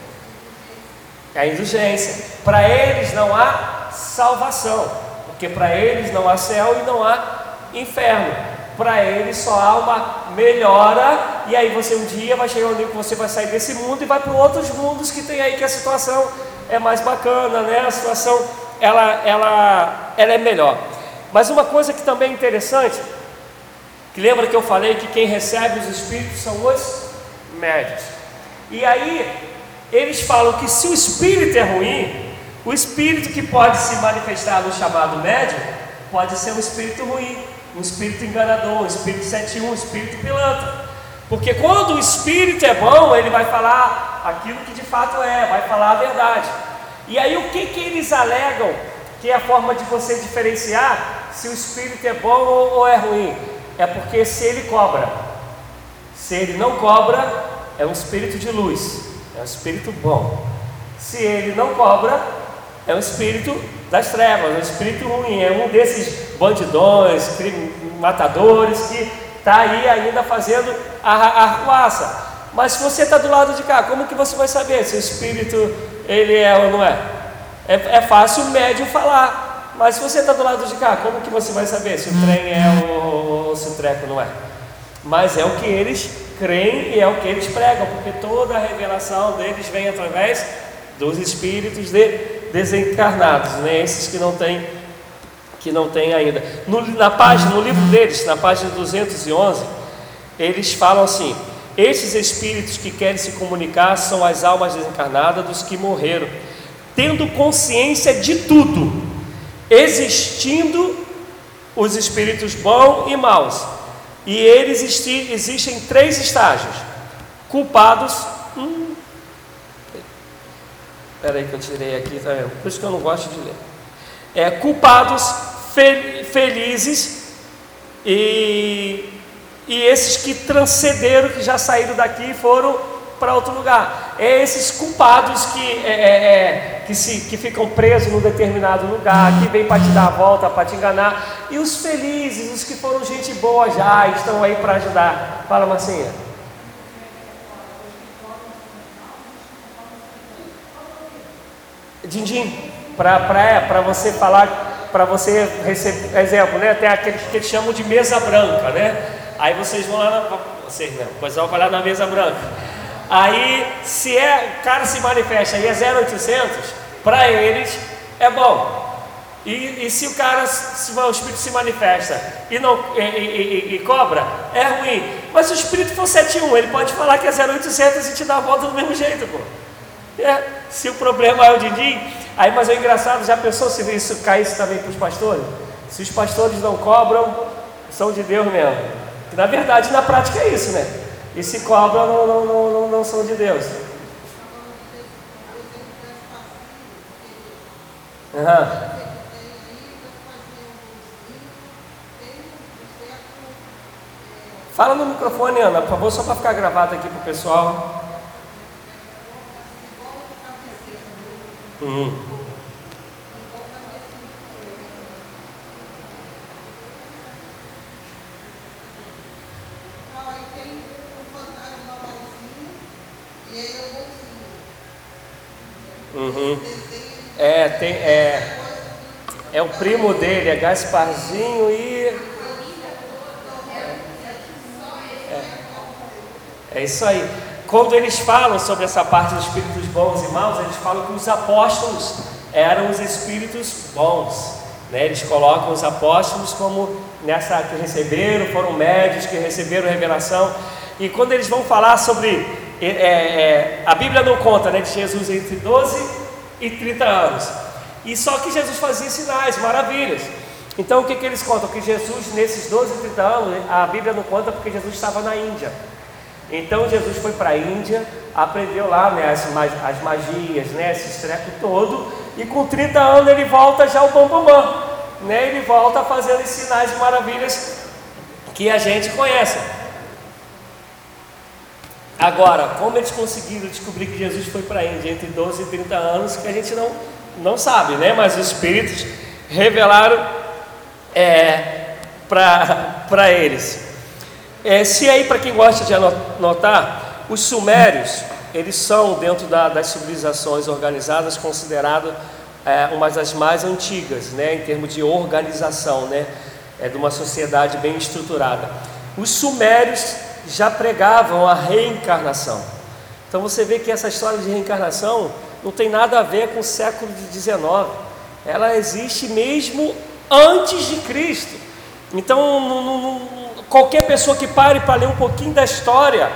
é a indulgência. Para eles não há salvação, porque para eles não há céu e não há inferno. Para eles só há uma melhora, e aí você um dia vai chegar um dia que você vai sair desse mundo e vai para outros mundos que tem aí, que a situação é mais bacana, né? A situação ela é melhor. Mas uma coisa que também é interessante, que lembra que eu falei que quem recebe os espíritos são os médios. E aí eles falam que se o espírito é ruim, o espírito que pode se manifestar no chamado médium pode ser um espírito ruim, um espírito enganador, um espírito 71, um espírito pilantra. Porque quando o espírito é bom, ele vai falar aquilo que de fato vai falar a verdade. E aí o que eles alegam que é a forma de você diferenciar se o espírito é bom ou é ruim? É porque se ele cobra. Se ele não cobra, é um espírito de luz, é um espírito bom. Se ele não cobra, é um espírito das trevas, é um espírito ruim, é um desses bandidões, matadores que está aí ainda fazendo a arruaça. Mas se você está do lado de cá, como que você vai saber se o espírito ele é ou não é? É fácil o médium falar, mas se você está do lado de cá, como que você vai saber se o trem é ou se o treco não é? Mas é o que eles creem e é o que eles pregam, porque toda a revelação deles vem através dos espíritos desencarnados, né? Esses que não têm ainda. No livro deles, na página 211, eles falam assim: esses espíritos que querem se comunicar são as almas desencarnadas dos que morreram, tendo consciência de tudo, existindo os espíritos bons e maus. E eles existem em 3 estágios: culpados. Espera aí que eu tirei aqui, tá vendo? Por isso que eu não gosto de ler. Culpados, felizes e esses que transcenderam, que já saíram daqui e foram para outro lugar. Esses culpados que ficam presos num determinado lugar, que vêm para te dar a volta, para te enganar. E os felizes, os que foram gente boa já, estão aí para ajudar. Fala, Marcinha. Dindim, para você falar, para você receber, exemplo, né? Tem aqueles que eles chamam de mesa branca, né? Aí vocês vão lá, vocês não, depois vão lá na mesa branca. Aí, se o cara se manifesta e é 0800, para eles é bom. E se o cara, se o espírito se manifesta e cobra, é ruim. Mas se o espírito for 71, ele pode falar que é 0800 e te dar a volta do mesmo jeito, pô. Se o problema é o Dindim, aí, mas é engraçado, já pensou se isso caísse também para os pastores? Se os pastores não cobram, são de Deus mesmo. Que, na verdade, na prática é isso, né? E se cobram, não são de Deus. Fala no microfone, Ana, por favor, só para ficar gravado aqui para o pessoal. É o primo dele, é Gasparzinho e... É isso aí. Quando eles falam sobre essa parte dos espíritos bons e maus, eles falam que os apóstolos eram os espíritos bons, né? Eles colocam os apóstolos como nessa que receberam, foram médios que receberam revelação. E quando eles vão falar sobre... a Bíblia não conta, né, de Jesus entre 12 e 30 anos. E só que Jesus fazia sinais, maravilhas. Então o que eles contam? Que Jesus, nesses 12 e 30 anos, a Bíblia não conta porque Jesus estava na Índia. Então Jesus foi para a Índia, aprendeu lá, né, as magias, né, esse treco todo, e com 30 anos ele volta já ao bambamã, né, ele volta fazendo os sinais e maravilhas que a gente conhece. Agora, como eles conseguiram descobrir que Jesus foi para a Índia entre 12 e 30 anos, que a gente não sabe, né, mas os espíritos revelaram para eles. Se aí, para quem gosta de anotar, os sumérios, eles são, dentro das civilizações organizadas, considerados uma das mais antigas, né, em termos de organização, né, de uma sociedade bem estruturada. Os sumérios já pregavam a reencarnação. Então você vê que essa história de reencarnação não tem nada a ver com o século XIX. Ela existe mesmo antes de Cristo. Então qualquer pessoa que pare para ler um pouquinho da história,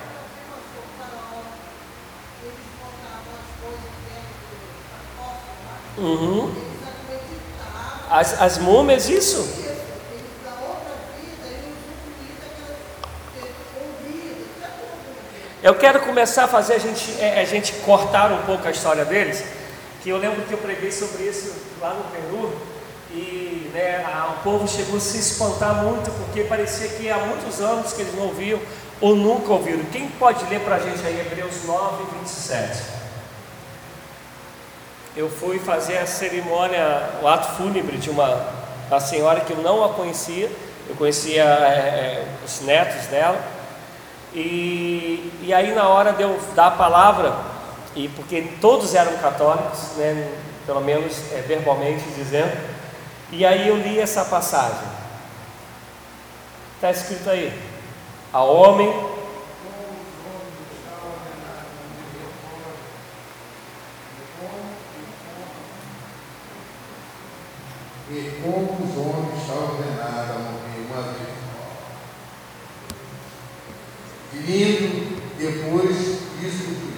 as múmias, isso. Eu quero começar a fazer a gente cortar um pouco a história deles, que eu lembro que eu preguei sobre isso lá no Peru. E o povo chegou a se espantar muito, porque parecia que há muitos anos que eles não ouviam ou nunca ouviram. Quem pode ler para a gente aí Hebreus 9, 27? Eu fui fazer a cerimônia, o ato fúnebre de uma senhora que eu não a conhecia. Eu conhecia os netos dela. E aí, na hora de eu dar a palavra, e porque todos eram católicos, né, pelo menos verbalmente dizendo, e aí eu li essa passagem. Está escrito aí: a homem e como os homens está ordenado a morrer uma vez só, vindo depois isso tudo.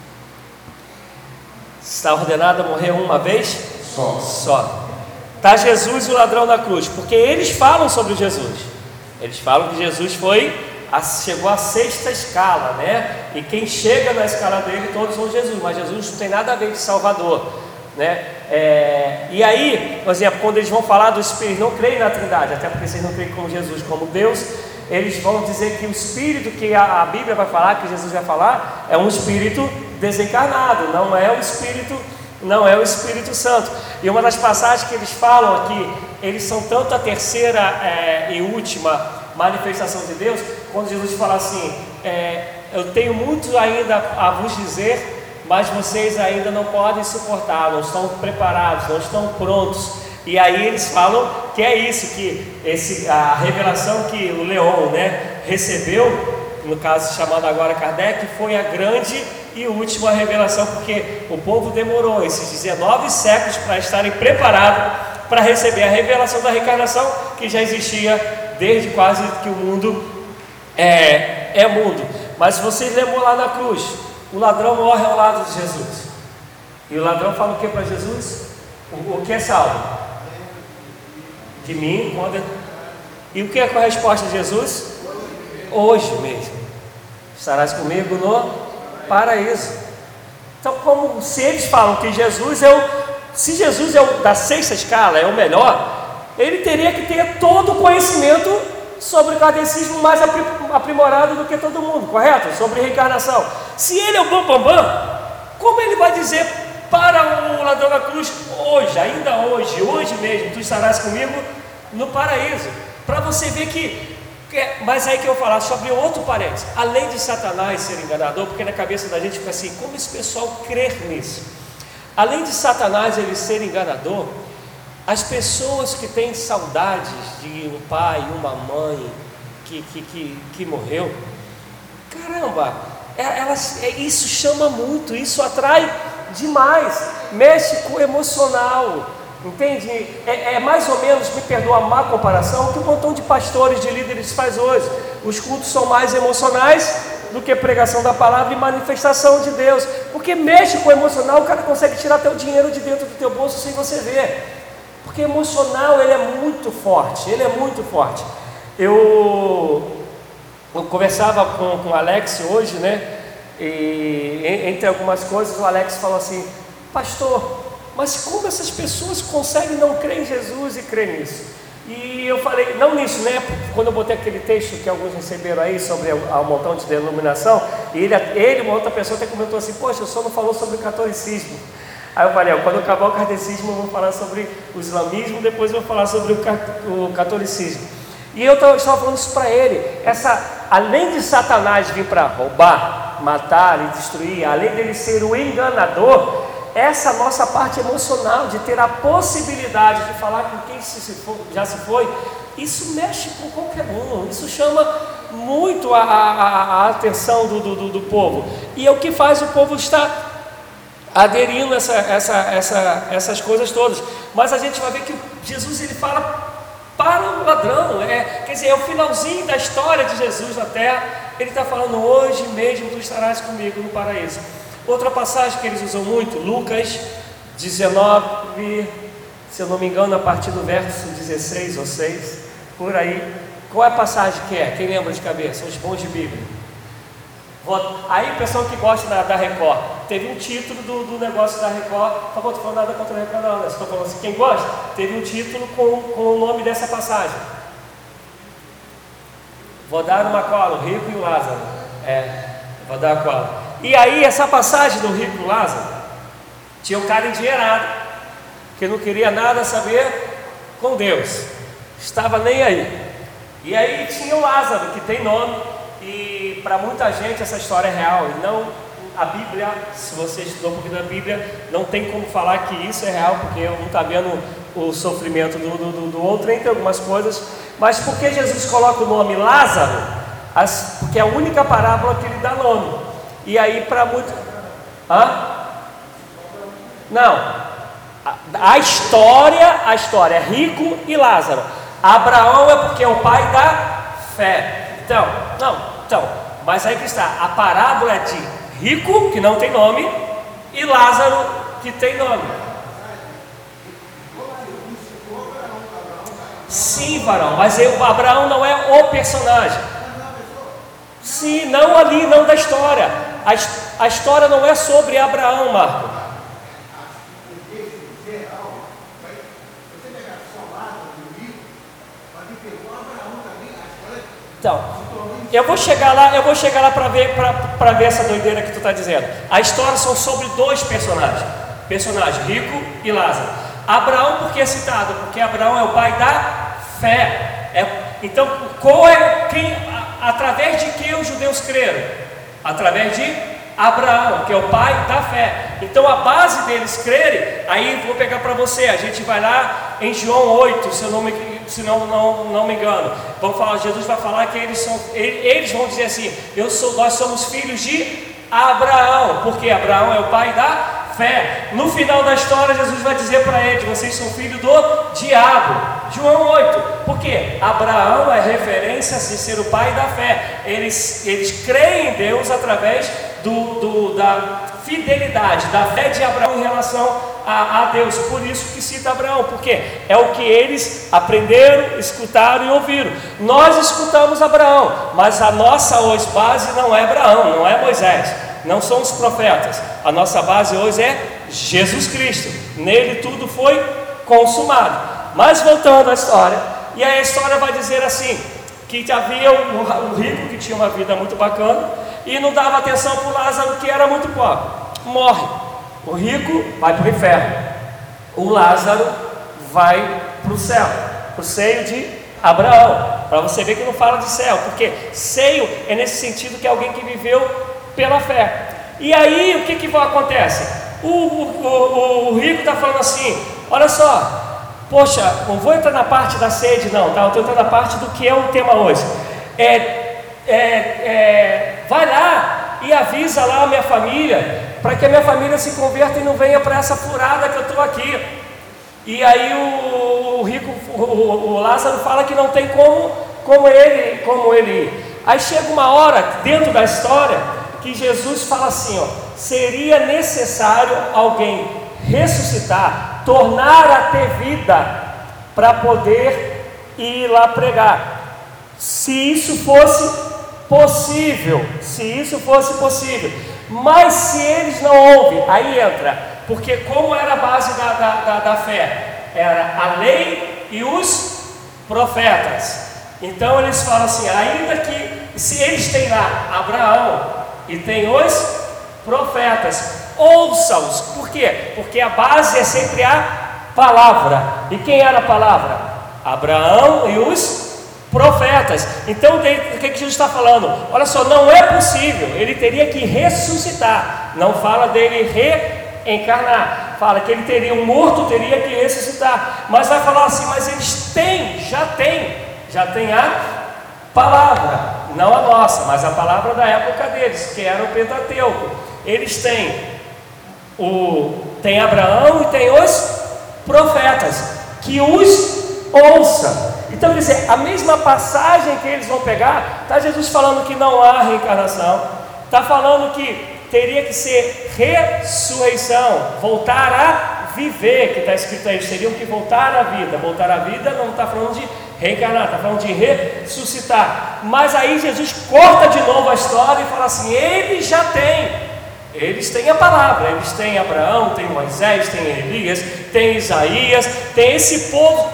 Está ordenado a morrer uma vez só. Está Jesus e o ladrão na cruz, porque eles falam sobre Jesus. Eles falam que Jesus foi chegou à sexta escala, né? E quem chega na escala dele, todos são Jesus, mas Jesus não tem nada a ver de Salvador, né? E aí, por exemplo, quando eles vão falar do Espírito, não creem na Trindade, até porque vocês não creem como Jesus, como Deus, eles vão dizer que o Espírito que a Bíblia vai falar, que Jesus vai falar, é um Espírito desencarnado, não é o Espírito Santo. E uma das passagens que eles falam aqui, eles são tanto a terceira e última manifestação de Deus, quando Jesus fala assim, eu tenho muito ainda a vos dizer, mas vocês ainda não podem suportar, não estão preparados, não estão prontos. E aí eles falam que é isso, que a revelação que o Leon, né, recebeu, no caso chamado agora Kardec, foi a grande e última revelação, porque o povo demorou esses 19 séculos para estarem preparados para receber a revelação da reencarnação, que já existia desde quase que o mundo é mundo. Mas se vocês lembram lá na cruz, o ladrão morre ao lado de Jesus, e o ladrão fala o que para Jesus? O que é salvo? De mim, e o que é a resposta de Jesus? Hoje mesmo estarás comigo no paraíso. Então, como se eles falam que Jesus se Jesus é o da sexta escala, é o melhor, ele teria que ter todo o conhecimento sobre o kardecismo mais aprimorado do que todo mundo, correto? Sobre reencarnação. Se ele é o bambambam, como ele vai dizer para o ladrão da cruz, ainda hoje mesmo, tu estarás comigo no paraíso? Para você ver que, mas aí que eu vou falar sobre outro parênteses, além de Satanás ser enganador, porque na cabeça da gente fica assim, como esse pessoal crer nisso? Além de Satanás ele ser enganador, as pessoas que têm saudades de um pai, uma mãe que morreu, caramba, isso chama muito, isso atrai demais, mexe com o emocional, entende? É mais ou menos, me perdoa a má comparação, que um montão de pastores, de líderes faz hoje. Os cultos são mais emocionais do que pregação da palavra e manifestação de Deus, porque mexe com o emocional, o cara consegue tirar teu dinheiro de dentro do teu bolso sem você ver, porque emocional ele é muito forte, Eu conversava com o Alex hoje, né? E entre algumas coisas o Alex falou assim, pastor, mas como essas pessoas conseguem não crer em Jesus e crer nisso? E eu falei, não nisso, né? Quando eu botei aquele texto que alguns receberam aí sobre um montão de denominação, e ele uma outra pessoa até comentou assim, poxa, o senhor não falou sobre o catolicismo. Aí eu falei, quando acabar o kardecismo eu vou falar sobre o islamismo, depois eu vou falar sobre o catolicismo. E eu estava falando isso para ele, além de Satanás vir para roubar, matar e destruir, além dele ser o enganador, essa nossa parte emocional de ter a possibilidade de falar com quem já se foi, isso mexe com qualquer um, isso chama muito a atenção do povo, e é o que faz o povo estar aderindo a essas coisas todas. Mas a gente vai ver que Jesus ele fala para o ladrão, quer dizer, é o finalzinho da história de Jesus na terra. Ele está falando, hoje mesmo tu estarás comigo no paraíso. Outra passagem que eles usam muito, Lucas 19, se eu não me engano, a partir do verso 16 ou 6, por aí. Qual é a passagem que é? Quem lembra de cabeça? Os bons de Bíblia. Aí o pessoal que gosta da Record, teve um título do negócio da Record, por favor, não estou falando nada contra a Record não, né? Estou falando assim, quem gosta, teve um título com o nome dessa passagem. Vou dar uma cola, o rico e o Lázaro. Vou dar a cola. E aí essa passagem do rico e o Lázaro, tinha um cara endinheirado, que não queria nada saber com Deus, estava nem aí. E aí tinha o Lázaro, que tem nome, e para muita gente essa história é real, e não a Bíblia, se você estudou um pouquinho da Bíblia, não tem como falar que isso é real, porque um está vendo o sofrimento do outro, entre algumas coisas. Mas por que Jesus coloca o nome Lázaro? Porque é a única parábola que ele dá nome. E aí para muitos... Não, a história é rico e Lázaro. Abraão é porque é o pai da fé. Mas aí que está, a parábola é de rico, que não tem nome, e Lázaro, que tem nome. Sim, varão, mas o Abraão não é o personagem. Sim, não ali, não da história. A história não é sobre Abraão, Marco. Então, eu vou chegar lá para ver essa doideira que tu está dizendo. A história são sobre dois personagens, Rico e Lázaro. Abraão, por que é citado? Porque Abraão é o pai da fé. Então, através de que os judeus creram? Através de Abraão, que é o pai da fé. Então, a base deles crerem, aí vou pegar para você, a gente vai lá em João 8, se não me engano, Jesus vai falar que eles vão dizer assim, nós somos filhos de Abraão, porque Abraão é o pai da fé. No final da história, Jesus vai dizer para eles, vocês são filhos do diabo. João 8, porque Abraão é referência a ser o pai da fé. Eles creem em Deus através da fidelidade, da fé de Abraão em relação a Deus. Por isso que cita Abraão, porque é o que eles aprenderam, escutaram e ouviram. Nós escutamos Abraão, mas a nossa hoje base não é Abraão, não é Moisés, não são os profetas. A nossa base hoje é Jesus Cristo. Nele tudo foi consumado. Mas voltando à história, e aí a história vai dizer assim, que havia um rico que tinha uma vida muito bacana e não dava atenção para o Lázaro, que era muito pobre. Morre. O rico vai para o inferno, o Lázaro vai para o céu, para o seio de Abraão. Para você ver que não fala de céu, porque seio é nesse sentido que é alguém que viveu pela fé. E aí o que acontece? O rico está falando assim, olha só, poxa, não vou entrar na parte da sede não, tá? Eu estou entrando na parte do que é o tema hoje. Vai lá e avisa lá a minha família, para que a minha família se converta e não venha para essa furada que eu estou aqui. E aí o rico, o Lázaro fala que não tem como ele ir. Aí chega uma hora dentro da história que Jesus fala assim, ó, seria necessário alguém ressuscitar, tornar a ter vida para poder ir lá pregar. Se isso fosse possível, mas se eles não ouvem, aí entra, porque como era a base da fé? Era a lei e os profetas. Então eles falam assim, ainda que se eles têm lá Abraão e tem os profetas, ouça-os. Por quê? Porque a base é sempre a palavra. E quem era a palavra? Abraão e os profetas. Então o que Jesus está falando? Olha só, não é possível, ele teria que ressuscitar. Não fala dele reencarnar, fala que ele teria teria que ressuscitar. Mas vai falar assim, mas eles já têm a palavra, não a nossa, mas a palavra da época deles, que era o Pentateuco. Eles tem Abraão e tem os profetas, que os ouça. Então, quer dizer, a mesma passagem que eles vão pegar, está Jesus falando que não há reencarnação, está falando que teria que ser ressurreição, voltar a viver, que está escrito aí, seriam que voltar à vida. Voltar à vida não está falando de reencarnar, está falando de ressuscitar. Mas aí Jesus corta de novo a história e fala assim, eles têm a palavra, eles têm Abraão, tem Moisés, tem Elias, tem Isaías, tem esse povo.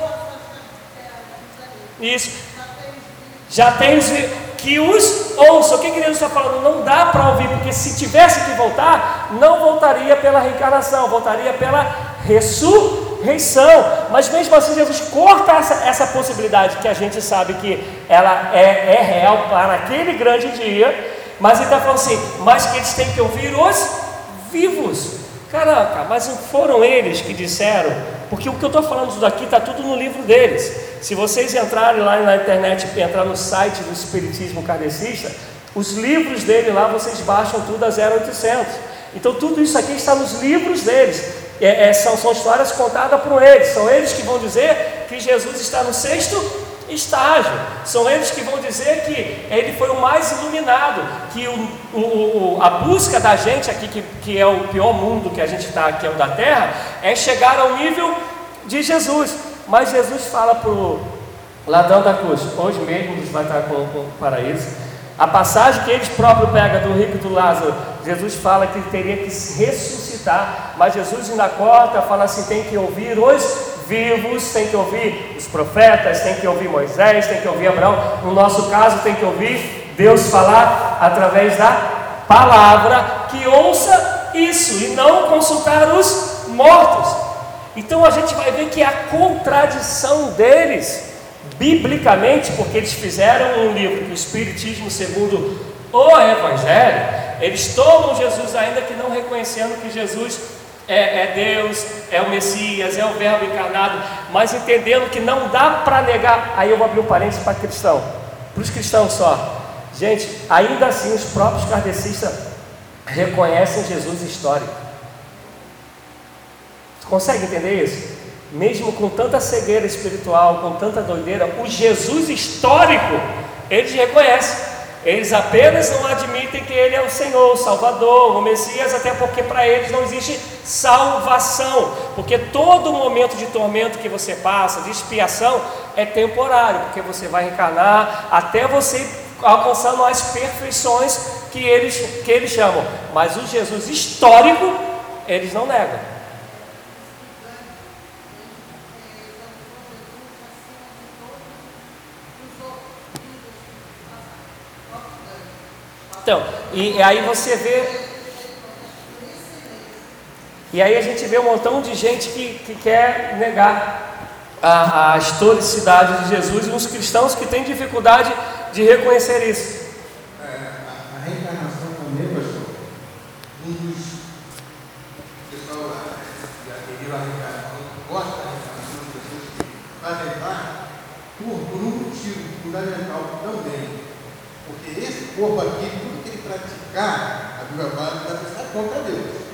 Isso. Já tem os que os ouçam. O que Jesus está falando? Não dá para ouvir, porque se tivesse que voltar, não voltaria pela reencarnação, voltaria pela ressurreição. Mas mesmo assim Jesus corta essa possibilidade, que a gente sabe que ela é real para aquele grande dia. Mas ele está falando assim, mas que eles têm que ouvir os vivos. Caraca, mas não foram eles que disseram? Porque o que eu estou falando disso daqui está tudo no livro deles. Se vocês entrarem lá na internet, entrar no site do Espiritismo Kardecista, os livros dele lá, vocês baixam tudo a 0800. Então tudo isso aqui está nos livros deles. São histórias contadas por eles. São eles que vão dizer que Jesus está no 6º estágio. São eles que vão dizer que ele foi o mais iluminado, que a busca da gente aqui, que é o pior mundo que a gente está, que é o da terra, é chegar ao nível de Jesus. Mas Jesus fala para o ladrão da cruz, hoje mesmo vai estar com o paraíso, A passagem que eles próprios pegam do rico e do Lázaro, Jesus fala que ele teria que ressuscitar, mas Jesus ainda corta, fala assim, tem que ouvir os vivos, tem que ouvir os profetas, tem que ouvir Moisés, tem que ouvir Abraão. No nosso caso, tem que ouvir Deus falar através da palavra, que ouça isso e não consultar os mortos. Então a gente vai ver que a contradição deles, biblicamente, porque eles fizeram um livro, que o Espiritismo segundo o Evangelho, eles tomam Jesus ainda que não reconhecendo que Jesus é Deus, é o Messias, é o Verbo encarnado, mas entendendo que não dá para negar. Aí eu vou abrir um parênteses para cristão, para os cristãos só. Gente, ainda assim os próprios kardecistas reconhecem Jesus histórico. Consegue entender isso? Mesmo com tanta cegueira espiritual, com tanta doideira, o Jesus histórico, eles reconhecem. Eles apenas não admitem que Ele é o Senhor, o Salvador, o Messias, até porque para eles não existe salvação. Porque todo momento de tormento que você passa, de expiação, é temporário, porque você vai reencarnar até você alcançando as perfeições que eles chamam. Mas o Jesus histórico, eles não negam. Então, e aí você vê, e aí a gente vê um montão de gente que quer negar a historicidade de Jesus, e uns cristãos que têm dificuldade de reconhecer isso. A reencarnação também, pastor, um dos pessoal lá, que a reencarnação, gosta da reencarnação das pessoas que fazem lá, por um motivo fundamental também. Porque esse corpo aqui, tudo que ele praticar, a Bíblia fala que vai prestar contra Deus.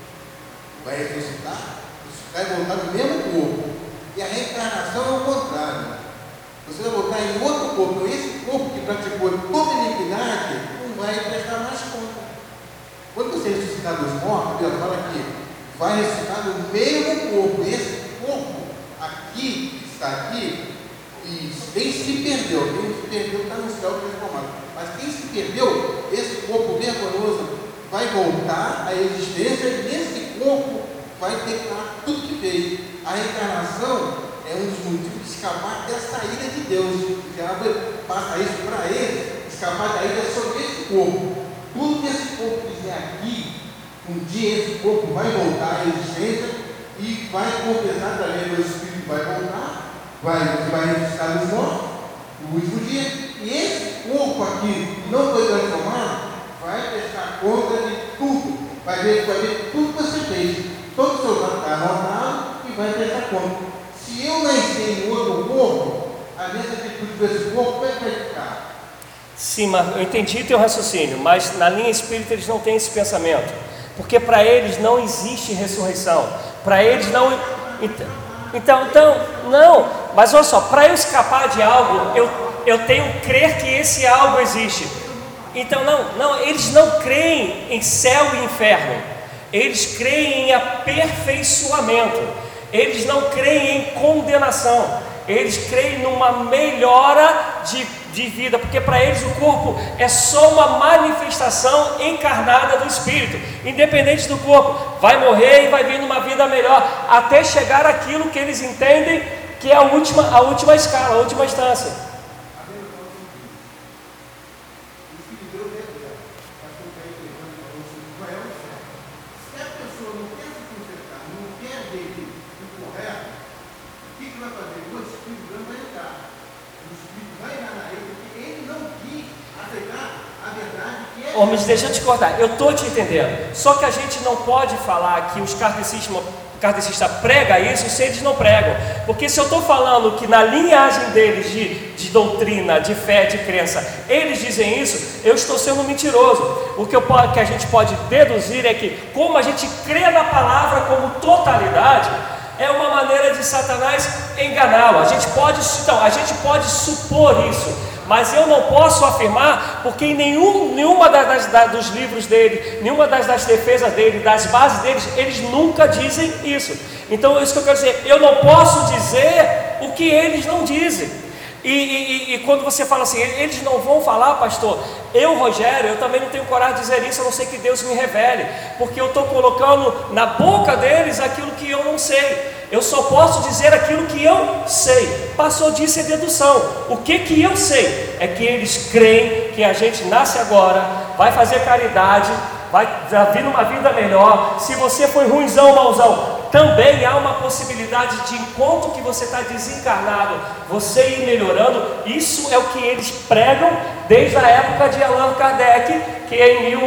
Vai ressuscitar e voltar no mesmo corpo. E a reencarnação é o contrário. Você vai voltar em outro corpo. Então, esse corpo que praticou toda a iniquidade não vai prestar mais conta. Quando você ressuscitar dos mortos, a Bíblia fala que vai ressuscitar no mesmo corpo. Esse corpo aqui, que está aqui, e quem se perdeu está no céu transformado. Mas quem se perdeu, esse corpo vergonhoso vai voltar à existência e nesse corpo vai declarar tudo que fez. A reencarnação é um dos motivos de escapar dessa ira de Deus. O diabo passa isso para ele, escapar da ira sobre esse corpo. Tudo que esse corpo fizer aqui, um dia esse corpo vai voltar à existência e vai confessar também, o Espírito vai voltar, você vai ressuscitar dos mortos, no último dia. E esse corpo aqui não foi transformado, vai prestar conta de tudo, vai ver tudo que você fez, todo o seu lado está anotado e vai prestar conta. Se eu nascer em outro corpo, a mesma atitude desse corpo vai ficar. Sim, mas eu entendi o teu raciocínio, mas na linha espírita eles não têm esse pensamento, porque para eles não existe ressurreição, para eles não. Então, não, mas olha só, para eu escapar de algo, eu tenho que crer que esse algo existe. Então não, eles não creem em céu e inferno, eles creem em aperfeiçoamento, eles não creem em condenação, eles creem numa melhora de vida, porque para eles o corpo é só uma manifestação encarnada do Espírito, independente do corpo, vai morrer e vai vir numa vida melhor, até chegar àquilo que eles entendem que é a última escala, a última instância. Mas deixa eu te cortar, eu estou te entendendo, só que a gente não pode falar que os kardecistas pregam isso se eles não pregam, porque se eu estou falando que na linhagem deles de doutrina, de fé, de crença, eles dizem isso, eu estou sendo mentiroso. O que a gente pode deduzir é que, como a gente crê na palavra como totalidade, é uma maneira de Satanás enganá-lo. A gente pode supor isso, mas eu não posso afirmar, porque em nenhuma dos livros dele, nenhuma das defesas dele, das bases deles, eles nunca dizem isso. Então é isso que eu quero dizer, eu não posso dizer o que eles não dizem. E quando você fala assim, eles não vão falar, pastor, eu, Rogério, eu também não tenho coragem de dizer isso, a não ser que Deus me revele, porque eu estou colocando na boca deles aquilo que eu não sei. Eu só posso dizer aquilo que eu sei. Passou disso é dedução. O que eu sei é que eles creem que a gente nasce agora, vai fazer caridade, vai vir numa vida melhor. Se você foi ruimzão, mauzão, também há uma possibilidade de, enquanto que você está desencarnado, você ir melhorando. Isso é o que eles pregam desde a época de Allan Kardec, que é em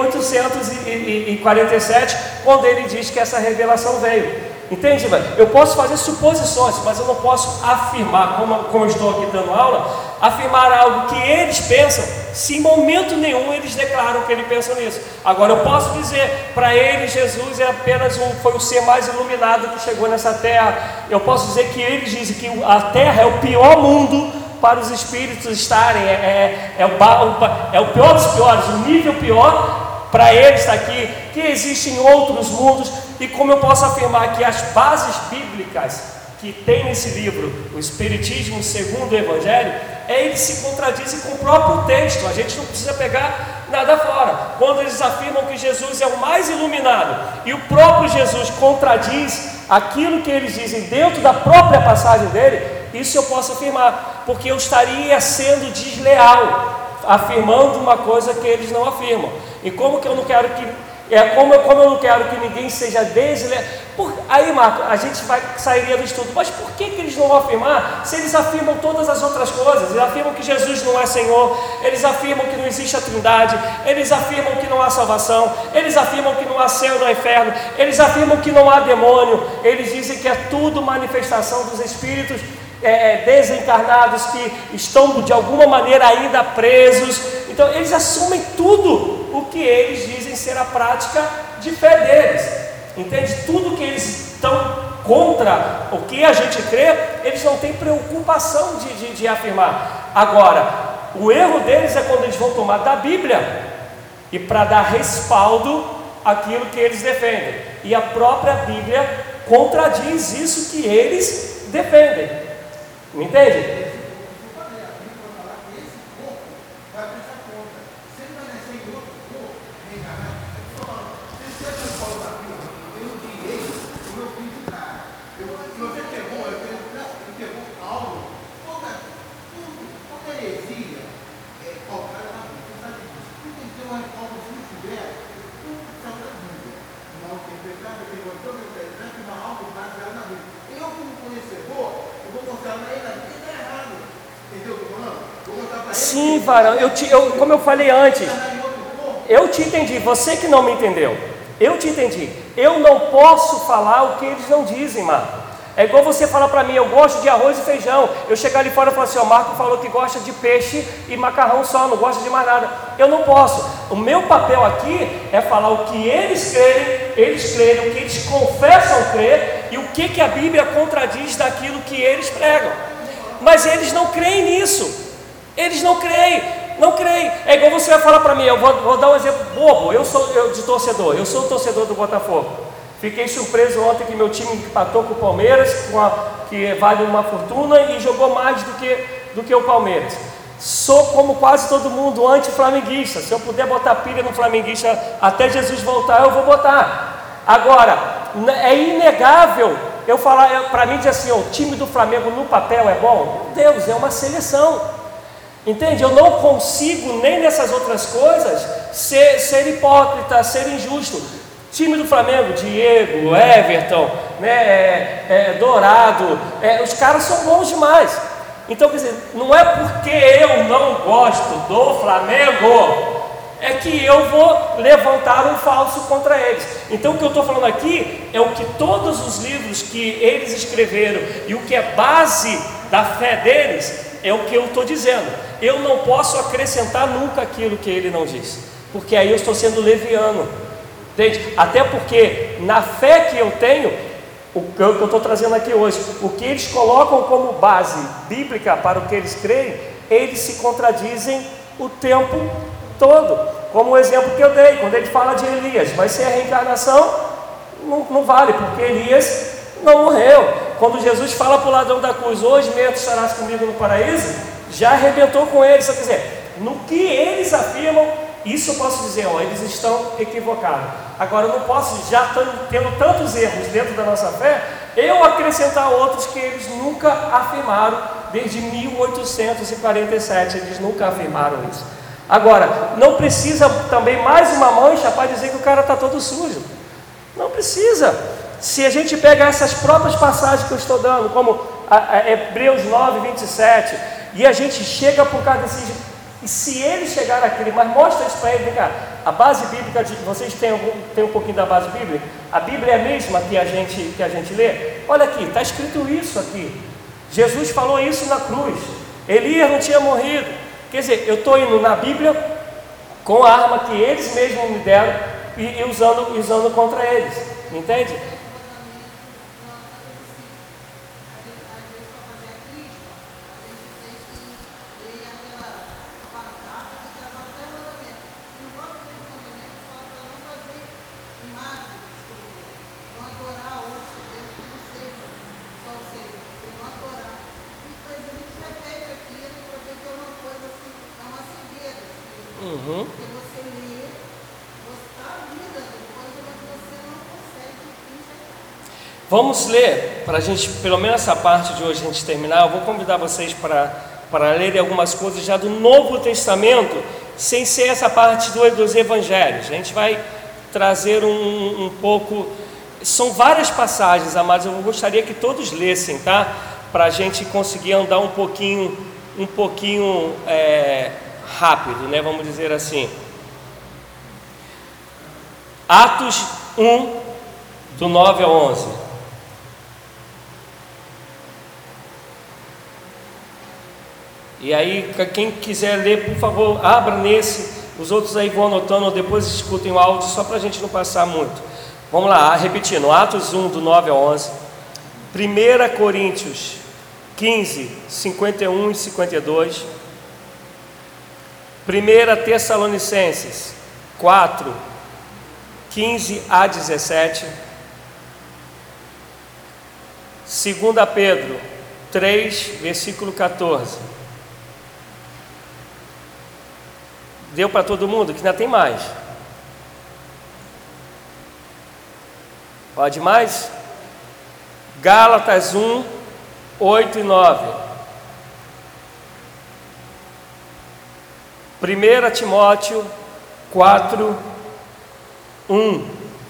1847, quando ele diz que essa revelação veio. Entende? Eu posso fazer suposições, mas eu não posso afirmar, como eu estou aqui dando aula, afirmar algo que eles pensam, se em momento nenhum eles declaram que eles pensam nisso. Agora eu posso dizer, para eles Jesus foi o ser mais iluminado que chegou nessa terra. Eu posso dizer que eles dizem que a terra é o pior mundo para os espíritos estarem, é o pior dos piores, o nível pior para eles está aqui, que existem outros mundos. E como eu posso afirmar que as bases bíblicas que tem nesse livro, o Espiritismo segundo o Evangelho, eles se contradizem com o próprio texto. A gente não precisa pegar nada fora. Quando eles afirmam que Jesus é o mais iluminado e o próprio Jesus contradiz aquilo que eles dizem dentro da própria passagem dele, isso eu posso afirmar, porque eu estaria sendo desleal, afirmando uma coisa que eles não afirmam. E como que eu não quero que como eu não quero que ninguém seja desleal. Aí, Marco, a gente sairia do estudo. Mas por que eles não vão afirmar se eles afirmam todas as outras coisas? Eles afirmam que Jesus não é Senhor, eles afirmam que não existe a Trindade, eles afirmam que não há salvação, eles afirmam que não há céu, não há inferno, eles afirmam que não há demônio, eles dizem que é tudo manifestação dos espíritos desencarnados que estão de alguma maneira ainda presos. Então eles assumem tudo o que eles dizem ser a prática de fé deles, entende? Tudo que eles estão contra o que a gente crê, eles não têm preocupação de afirmar. Agora, o erro deles é quando eles vão tomar da Bíblia e para dar respaldo àquilo que eles defendem, e a própria Bíblia contradiz isso que eles defendem, me entende? Sim, varão, como eu falei antes, eu te entendi, você que não me entendeu, eu te entendi. Eu não posso falar o que eles não dizem, Marco. É igual você falar para mim, eu gosto de arroz e feijão, eu chegar ali fora e falar assim, o Marco falou que gosta de peixe e macarrão só, não gosta de mais nada. Eu não posso. O meu papel aqui é falar o que eles creem, o que eles confessam crer e o que a Bíblia contradiz daquilo que eles pregam. Mas eles não creem nisso. Eles não creem. É igual você vai falar para mim, eu vou dar um exemplo bobo, eu sou torcedor do Botafogo. Fiquei surpreso ontem que meu time empatou com o Palmeiras, que vale uma fortuna, e jogou mais do que o Palmeiras. Sou, como quase todo mundo, anti-flamenguista. Se eu puder botar pilha no flamenguista até Jesus voltar, eu vou botar. Agora, é inegável eu falar, para mim dizer assim, o time do Flamengo no papel é bom? Meu Deus, é uma seleção. Entende? Eu não consigo nem nessas outras coisas ser hipócrita, ser injusto. Time do Flamengo, Diego, Everton, Dourado, os caras são bons demais. Então, quer dizer, não é porque eu não gosto do Flamengo, é que eu vou levantar um falso contra eles. Então, o que eu estou falando aqui é o que todos os livros que eles escreveram e o que é base da fé deles, é o que eu estou dizendo. Eu não posso acrescentar nunca aquilo que ele não diz, porque aí eu estou sendo leviano. Entende? Até porque na fé que eu tenho, o que eu estou trazendo aqui hoje, o que eles colocam como base bíblica para o que eles creem, eles se contradizem o tempo todo. Como o exemplo que eu dei, quando ele fala de Elias, vai ser a reencarnação, não vale, porque Elias não morreu. Quando Jesus fala para o ladrão da cruz, hoje mesmo estarás comigo no paraíso, já arrebentou com eles. Quer dizer, no que eles afirmam, isso eu posso dizer, ó, eles estão equivocados. Agora, eu não posso, já tendo tantos erros dentro da nossa fé, eu acrescentar outros que eles nunca afirmaram desde 1847, eles nunca afirmaram isso. Agora, não precisa também mais uma mancha para dizer que o cara está todo sujo. Não precisa. Se a gente pega essas próprias passagens que eu estou dando, como Hebreus 9, 27, e a gente chega por causa desses... E se eles chegaram aqui, mas mostra isso para eles, vem cá, a base bíblica, vocês têm um pouquinho da base bíblica? A Bíblia é a mesma que a gente lê? Olha aqui, está escrito isso aqui. Jesus falou isso na cruz. Elias não tinha morrido. Quer dizer, eu estou indo na Bíblia com a arma que eles mesmos me deram e usando contra eles. Entende? Vamos ler, para a gente, pelo menos essa parte de hoje a gente terminar, eu vou convidar vocês para lerem algumas coisas já do Novo Testamento, sem ser essa parte dos Evangelhos. A gente vai trazer um pouco, são várias passagens, amados, eu gostaria que todos lessem, tá? Para a gente conseguir andar um pouquinho rápido, né? Vamos dizer assim. Atos 1, do 9 ao 11. E aí, quem quiser ler, por favor, abra nesse. Os outros aí vão anotando, ou depois escutem o áudio, só para a gente não passar muito. Vamos lá, repetindo. Atos 1, do 9 ao 11. 1 Coríntios 15, 51 e 52. 1 Tessalonicenses 4, 15 a 17. 2 Pedro 3, versículo 14. Deu para todo mundo? Que ainda tem mais. Pode mais? Gálatas 1, 8 e 9. 1 Timóteo 4, 1.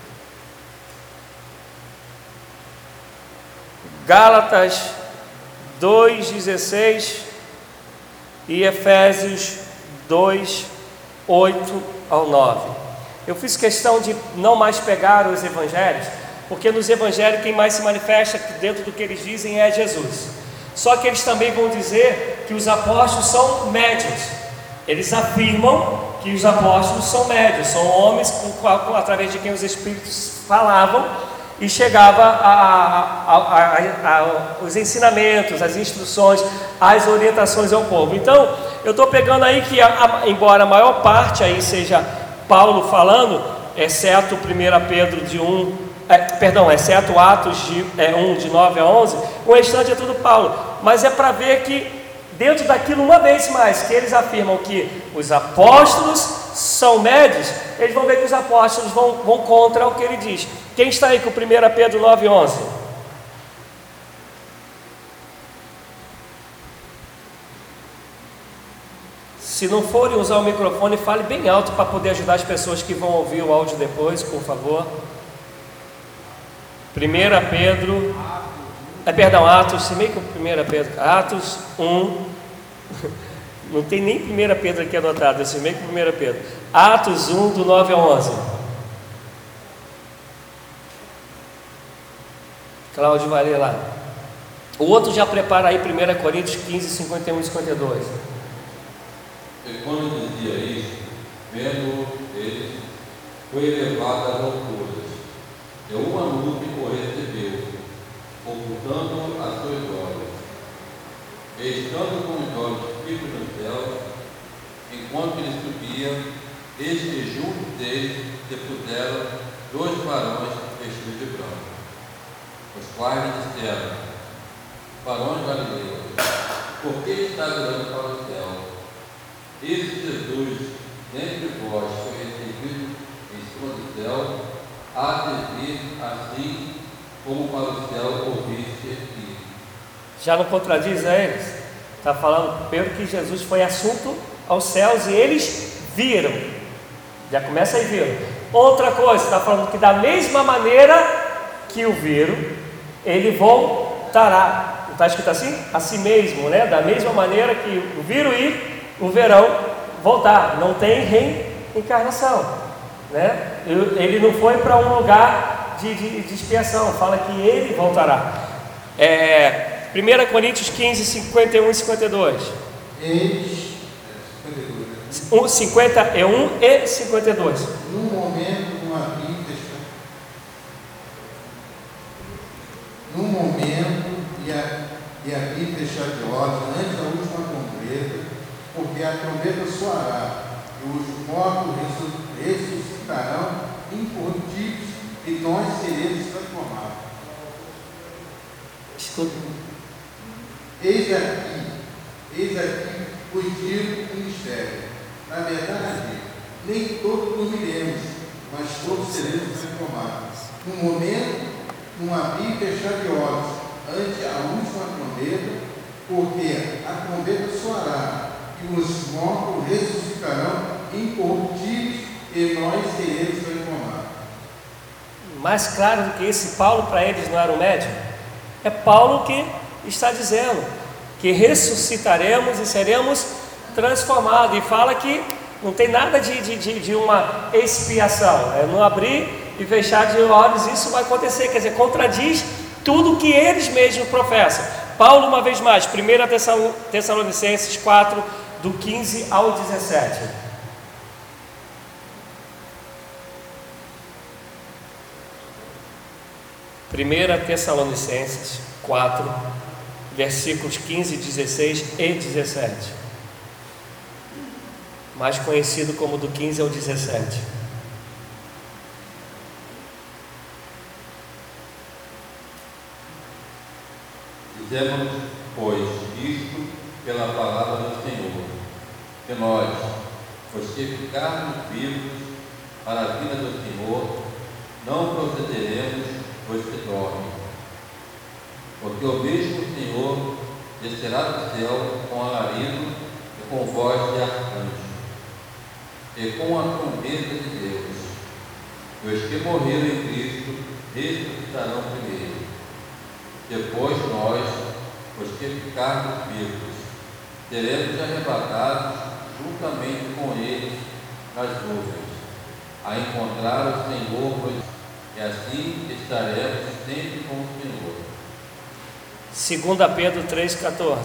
Gálatas 2, 16 e Efésios 2, 8 ao 9. Eu fiz questão de não mais pegar os evangelhos, porque nos evangelhos quem mais se manifesta dentro do que eles dizem é Jesus. Só que eles também vão dizer que os apóstolos são médios. Eles afirmam que os apóstolos são médios, são homens através de quem os espíritos falavam e chegava os ensinamentos, as instruções, as orientações ao povo. Então, eu estou pegando aí que, embora a maior parte aí seja Paulo falando, exceto 1 Pedro de 1, exceto Atos de 1, de 9 a 11, o restante é tudo Paulo. Mas é para ver que, dentro daquilo, uma vez mais, que eles afirmam que os apóstolos são médios, eles vão ver que os apóstolos vão contra o que ele diz. Quem está aí com 1 Pedro 9, 11? Se não forem usar o microfone, fale bem alto para poder ajudar as pessoas que vão ouvir o áudio depois, por favor. 1 Pedro... Atos, se meio que 1 Pedro... Atos 1... Não tem nem 1 Pedro aqui anotado, esse meio que 1 Pedro. Atos 1, do 9 ao 11. Cláudio vai ler lá. O outro já prepara aí 1 Coríntios 15, 51 e 52. E quando dizia isso, vendo eles, foi elevado às alturas, e uma nuvem o recebeu, ocultando a sua glória. E estando com os olhos fixos no céu, enquanto ele subia, eis que junto deles se puseram dois varões vestidos de branco, os quais lhe disseram: varões galileus, porque está olhando para o céu. Esse Jesus, dentre vós, foi recebido em cima do céu, há de vir assim como para o céu ouviste aqui. Já não contradiz a eles? Está falando primeiro que Jesus foi assunto aos céus e eles viram. Já começa aí, viram. Outra coisa, está falando que da mesma maneira que o viram, ele voltará. Está escrito assim? Assim mesmo, né? Da mesma maneira que o viram ir, o verão voltar. Não tem reencarnação, né? Ele não foi para um lugar de expiação. Fala que ele voltará. 1 Coríntios 15, 51 e 52. 51 e 52. Num momento, e a Bíblia está de ordem antes da última trombeta, porque a trombeta soará, e os mortos ressuscitarão incorruptíveis, e nós seremos transformados. Escuta. Eis aqui vos digo um mistério. Na verdade, nem todos dormiremos, mas todos seremos transformados. Num momento, numa Bíblia está de ordem ante a última trombeta, porque a trombeta soará, e os mortos ressuscitarão incorruptíveis, e nós seremos transformados. Mais claro do que esse, Paulo para eles não era o médium? É Paulo que está dizendo que ressuscitaremos e seremos transformados, e fala que não tem nada de uma expiação, é não abrir e fechar de olhos, isso vai acontecer, quer dizer, contradiz tudo que eles mesmos professam. Paulo, uma vez mais, 1 Tessalonicenses 4, do 15 ao 17. Primeira Tessalonicenses 4, versículos 15, 16 e 17. Mais conhecido como do 15 ao 17. Dizemos, pois, isto pela palavra do Senhor, que nós, os que ficarmos vivos para a vida do Senhor, não procederemos os que dormem. Porque o mesmo Senhor descerá do céu com alarido e com voz de arcanjo, e com a trombeta de Deus. E os que morreram em Cristo ressuscitarão primeiro. Depois nós, os que ficarmos vivos, seremos arrebatados juntamente com eles nas nuvens, a encontrar o Senhor, e assim estaremos sempre com o Senhor. 2 Pedro 3,14.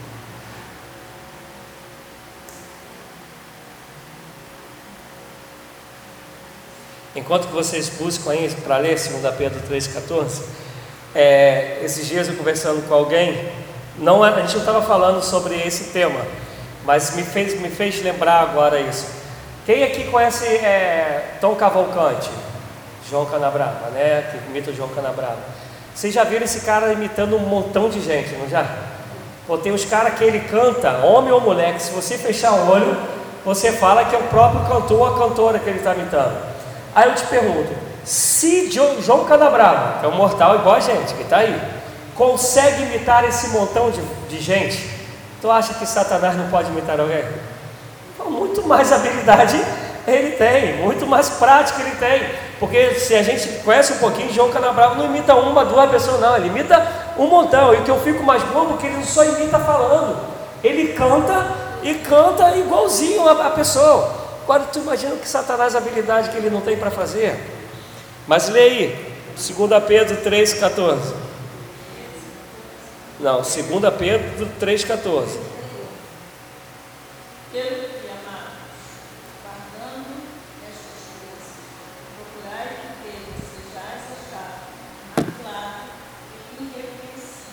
Enquanto que vocês buscam aí para ler 2 Pedro 3,14, esses dias eu conversando com alguém, a gente não estava falando sobre esse tema, mas me fez lembrar agora isso. Quem aqui conhece Tom Cavalcante? João Canabrava, né? Que imita o João Canabrava. Vocês já viram esse cara imitando um montão de gente, não já? Pô, tem uns caras que ele canta, homem ou mulher, que se você fechar o olho, você fala que é o próprio cantor ou a cantora que ele está imitando. Aí eu te pergunto, se João Canabrava, que é um mortal igual a gente, que está aí, consegue imitar esse montão de gente, tu acha que Satanás não pode imitar alguém? Então, muito mais habilidade ele tem, muito mais prática ele tem, porque se a gente conhece um pouquinho, João Canabrava não imita uma, duas pessoas não, ele imita um montão, e o que eu fico mais bobo é que ele não só imita falando, ele canta e canta igualzinho a pessoa. Agora tu imagina que Satanás, a habilidade que ele não tem para fazer. Mas lê aí, 2 Pedro 3,14. Não, 2 Pedro 3,14. Pelo que, amados, guardando estas coisas, procurai que deles sejais achados, imaculado e irrepreensível.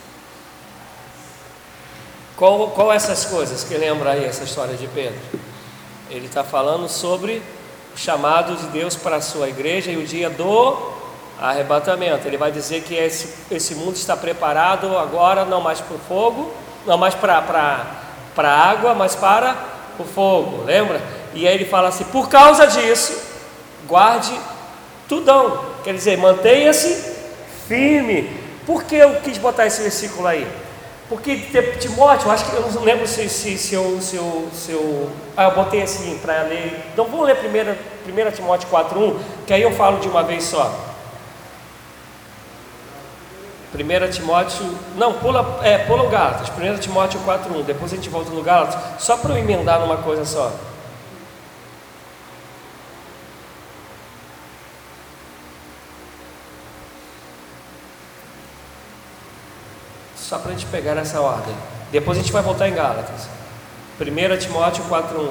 Qual essas coisas que lembra aí essa história de Pedro? Ele está falando sobre o chamado de Deus para a sua igreja e o dia do arrebatamento. Ele vai dizer que esse mundo está preparado agora não mais para o fogo não mais para a água, mas para o fogo, lembra? E aí ele fala assim: por causa disso, guarde tudão, quer dizer, mantenha-se firme. Por que eu quis botar esse versículo aí? Porque Timóteo, acho que eu não lembro se eu botei assim para ler. Então vamos ler 1 Timóteo 4:1, que aí eu falo de uma vez só. 1 Timóteo, não, pula o Gálatas, 1 Timóteo 4:1, depois a gente volta no Gálatas, só para eu emendar numa coisa só. Só para a gente pegar essa ordem. Depois a gente vai voltar em Gálatas. 1 Timóteo 4:1.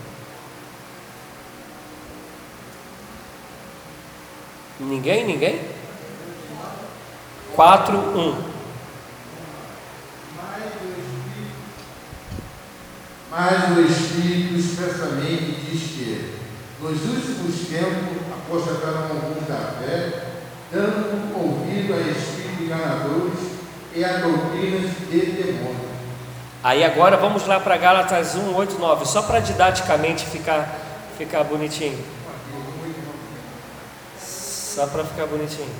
Ninguém? 4:1. Mas o Espírito expressamente diz que nos últimos tempos apostatarão alguns da fé, dando ouvido a espíritos enganadores e a doutrinas de demônio. Aí agora vamos lá para Gálatas 1, 8, 9, só para didaticamente ficar bonitinho. Só para ficar bonitinho.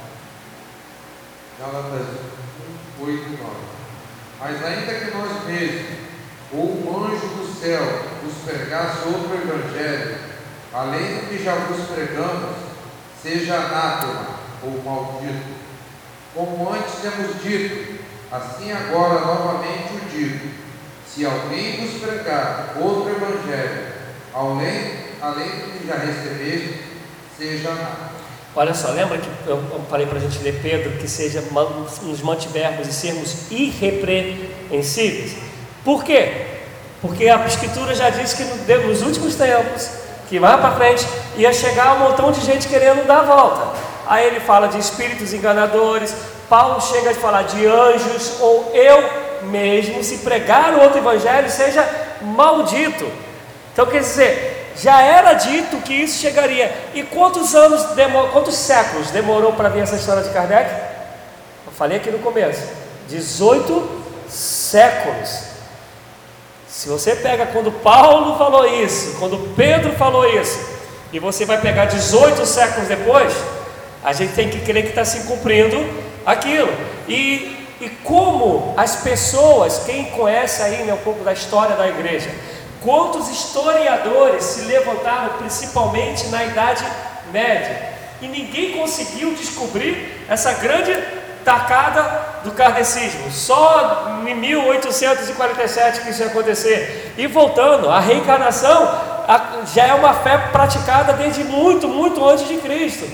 Gálatas 8, 9. Mas ainda que nós mesmos, ou um anjo do céu, vos pregasse outro evangelho, além do que já vos pregamos, seja anátema ou maldito. Como antes temos dito, assim agora novamente o digo: se alguém vos pregar outro evangelho, além do que já recebeste, seja anátema. Olha só, lembra que eu falei para a gente ler Pedro, que nos mantivermos e sermos irrepreensíveis? Por quê? Porque a Escritura já diz que nos últimos tempos, que lá para frente, ia chegar um montão de gente querendo dar a volta. Aí ele fala de espíritos enganadores. Paulo chega a falar de anjos, ou eu mesmo, se pregar o outro evangelho, seja maldito. Então quer dizer, já era dito que isso chegaria. E quantos séculos demorou para vir essa história de Kardec? Eu falei aqui no começo, 18 séculos. Se você pega quando Paulo falou isso, quando Pedro falou isso, e você vai pegar 18 séculos depois, a gente tem que crer que está se cumprindo aquilo. E como as pessoas, quem conhece aí, né, um pouco da história da igreja, quantos historiadores se levantaram principalmente na Idade Média, e ninguém conseguiu descobrir essa grande tacada do kardecismo. Só em 1847 que isso ia acontecer. E voltando, a reencarnação já é uma fé praticada desde muito, muito antes de Cristo.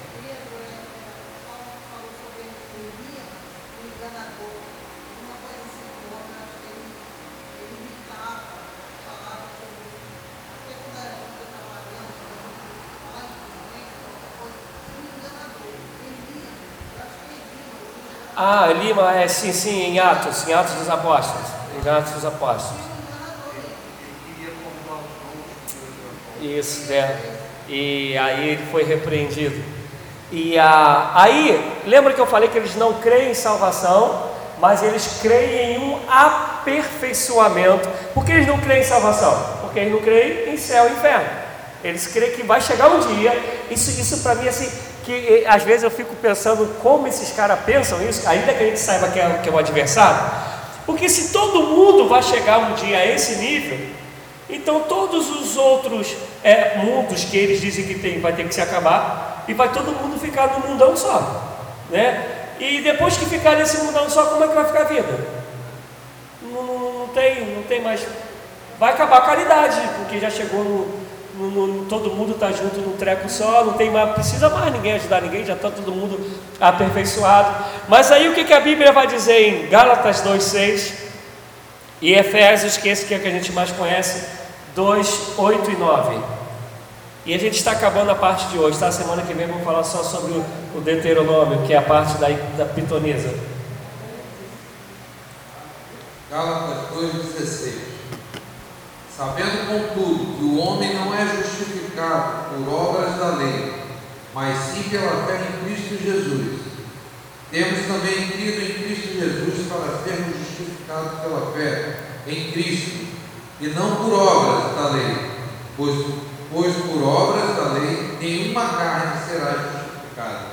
Lima, sim, em Atos dos Apóstolos. Em Atos dos Apóstolos. Isso, né? E aí ele foi repreendido. Aí, lembra que eu falei que eles não creem em salvação, mas eles creem em um aperfeiçoamento. Por que eles não creem em salvação? Porque eles não creem em céu e inferno. Eles creem que vai chegar um dia. Isso para mim, assim, que às vezes eu fico pensando como esses caras pensam isso, ainda que a gente saiba que é o adversário. Porque se todo mundo vai chegar um dia a esse nível, então todos os outros mundos que eles dizem que tem, vai ter que se acabar, e vai todo mundo ficar num mundão só, né? E depois que ficar nesse mundão só, como é que vai ficar a vida? Não tem mais. Vai acabar a caridade, porque já chegou todo mundo está junto num treco só, não tem mais, precisa mais ninguém ajudar ninguém, já está todo mundo aperfeiçoado. Mas aí o que a Bíblia vai dizer em Gálatas 2,6 e Efésios, que esse que é que a gente mais conhece, 2, 8 e 9. E a gente está acabando a parte de hoje, tá? Semana que vem vamos falar só sobre o Deuteronômio, que é a parte da pitonisa. Gálatas 2,16. Sabendo, contudo, que o homem não é justificado por obras da lei, mas sim pela fé em Cristo Jesus. Temos também crido em Cristo Jesus para sermos justificados pela fé em Cristo, e não por obras da lei, pois por obras da lei nenhuma carne será justificada.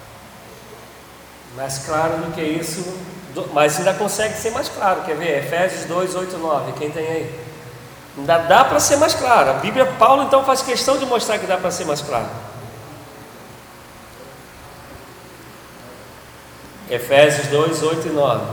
Mais claro do que isso, mas ainda consegue ser mais claro, quer ver? Efésios 2, 8, 9, quem tem aí? Ainda dá para ser mais claro. A Bíblia, Paulo então faz questão de mostrar que dá para ser mais claro. Efésios 2, 8 e 9.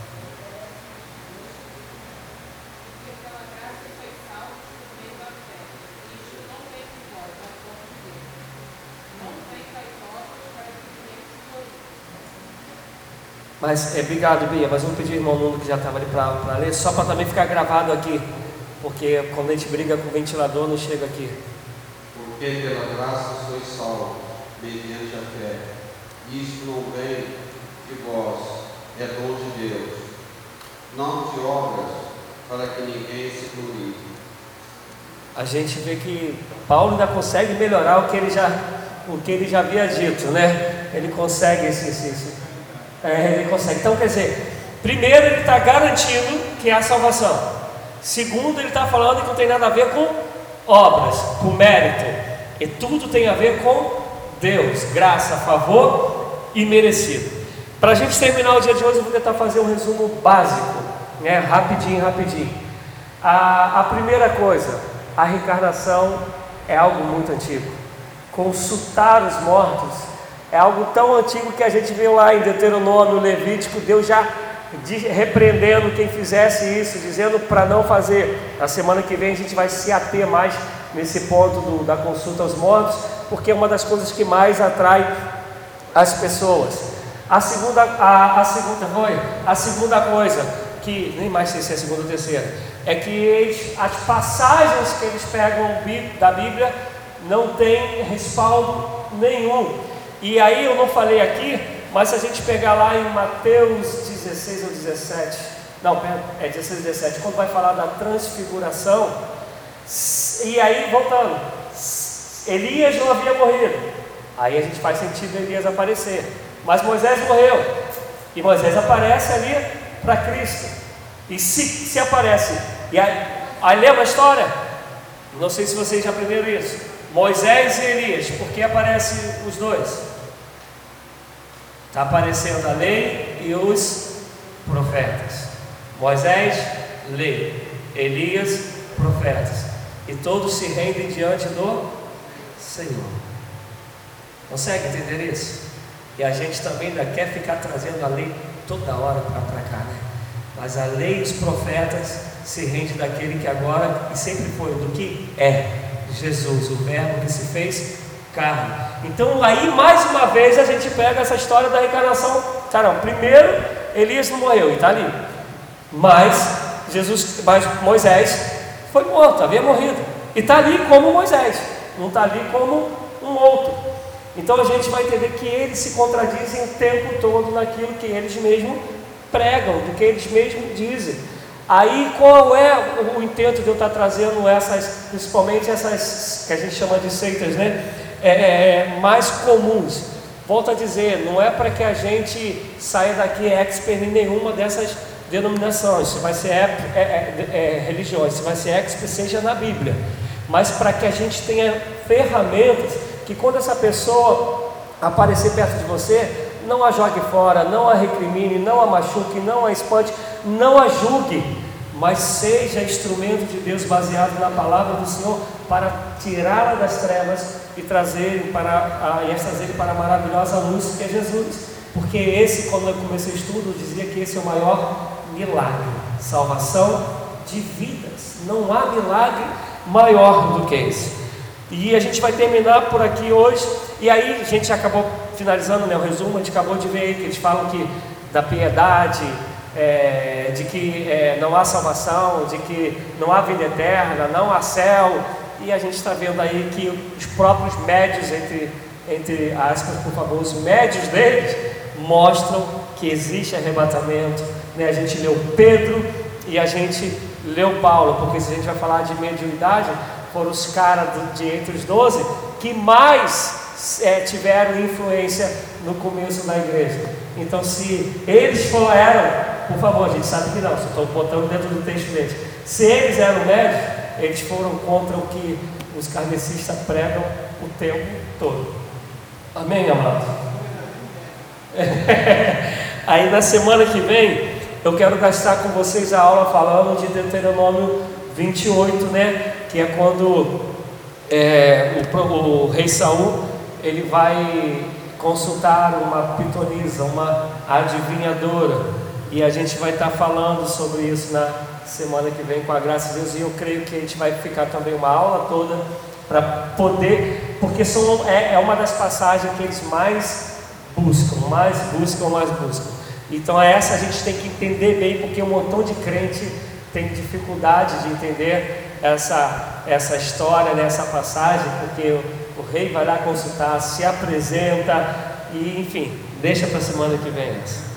Mas, obrigado, Bia, mas vou pedir ao irmão Nuno que já estava ali para ler, só para também ficar gravado aqui, porque quando a gente briga com o ventilador não chega aqui. Porque pela graça sois salvos, mediante a fé. Isto não vem de vós, é dom de Deus, não de obras, para que ninguém se glorie. A gente vê que Paulo ainda consegue melhorar o que ele já havia dito, né? Ele consegue ele consegue. Então, quer dizer, primeiro ele está garantindo que é a salvação. Segundo, ele está falando que não tem nada a ver com obras, com mérito, e tudo tem a ver com Deus, graça, favor e merecido. Para a gente terminar o dia de hoje, eu vou tentar fazer um resumo básico, né? Rapidinho. A primeira coisa, a reencarnação é algo muito antigo. Consultar os mortos é algo tão antigo que a gente viu lá em Deuteronômio, Levítico, Deus já repreendendo quem fizesse isso, dizendo para não fazer. Na semana que vem a gente vai se ater mais nesse ponto da consulta aos mortos, porque é uma das coisas que mais atrai as pessoas. A segunda coisa, que nem mais sei se é a segunda ou terceira, é que as passagens que eles pegam da Bíblia não tem respaldo nenhum. E aí eu não falei aqui, mas se a gente pegar lá em Mateus 16 ou 17, não, é 16 ou 17, quando vai falar da transfiguração, e aí voltando, Elias não havia morrido, aí a gente faz sentido Elias aparecer, mas Moisés morreu, e Moisés aparece ali para Cristo, e se aparece, e aí lembra a história? Não sei se vocês já aprenderam isso. Moisés e Elias, por que aparecem os dois? Está aparecendo a lei e os profetas. Moisés, lei, Elias, profetas, e todos se rendem diante do Senhor. Consegue entender isso? E a gente também ainda quer ficar trazendo a lei toda hora para cá, né? Mas a lei e os profetas se rende daquele que agora e sempre foi, do que é Jesus, o verbo que se fez carne. Então aí mais uma vez a gente pega essa história da reencarnação. Caramba, primeiro Elias não morreu e está ali, mas Moisés foi morto, havia morrido, e está ali como Moisés, não está ali como um outro. Então a gente vai entender que eles se contradizem o tempo todo naquilo que eles mesmos pregam, do que eles mesmos dizem. Aí qual é o intento de eu estar trazendo principalmente essas que a gente chama de seitas, né? Mais comuns. Volto a dizer, não é para que a gente saia daqui expert em nenhuma dessas denominações, se vai ser religiões, se vai ser expert seja na Bíblia, mas para que a gente tenha ferramentas que quando essa pessoa aparecer perto de você, não a jogue fora, não a recrimine, não a machuque, não a espante, não a julgue, mas seja instrumento de Deus baseado na palavra do Senhor para tirá-la das trevas e trazer para a maravilhosa luz que é Jesus. Porque quando eu comecei o estudo, eu dizia que esse é o maior milagre, salvação de vidas. Não há milagre maior do que esse. E a gente vai terminar por aqui hoje. E aí a gente acabou finalizando, né, o resumo. A gente acabou de ver que eles falam que da piedade, de que não há salvação, de que não há vida eterna, não há céu. E a gente está vendo aí que os próprios médios, entre aspas, por favor, os médios deles mostram que existe arrebatamento, né? A gente leu Pedro e a gente leu Paulo, porque se a gente vai falar de mediunidade, foram os caras entre os 12 que mais tiveram influência no começo da igreja. Então, se eles eram, por favor, a gente sabe que não, só estou botando dentro do texto deles. Se eles eram médios, eles foram contra o que os kardecistas pregam o tempo todo. Amém, amados? Aí na semana que vem eu quero gastar com vocês a aula falando de Deuteronômio 28, né? Que é quando o rei Saul ele vai consultar uma pitonisa, uma adivinhadora, e a gente vai estar falando sobre isso na semana que vem, com a graça de Deus. E eu creio que a gente vai ficar também uma aula toda para poder, porque é uma das passagens que eles mais buscam. Então essa a gente tem que entender bem, porque um montão de crente tem dificuldade de entender essa história, né, essa passagem, porque o rei vai lá consultar, se apresenta e enfim, deixa para a semana que vem essa.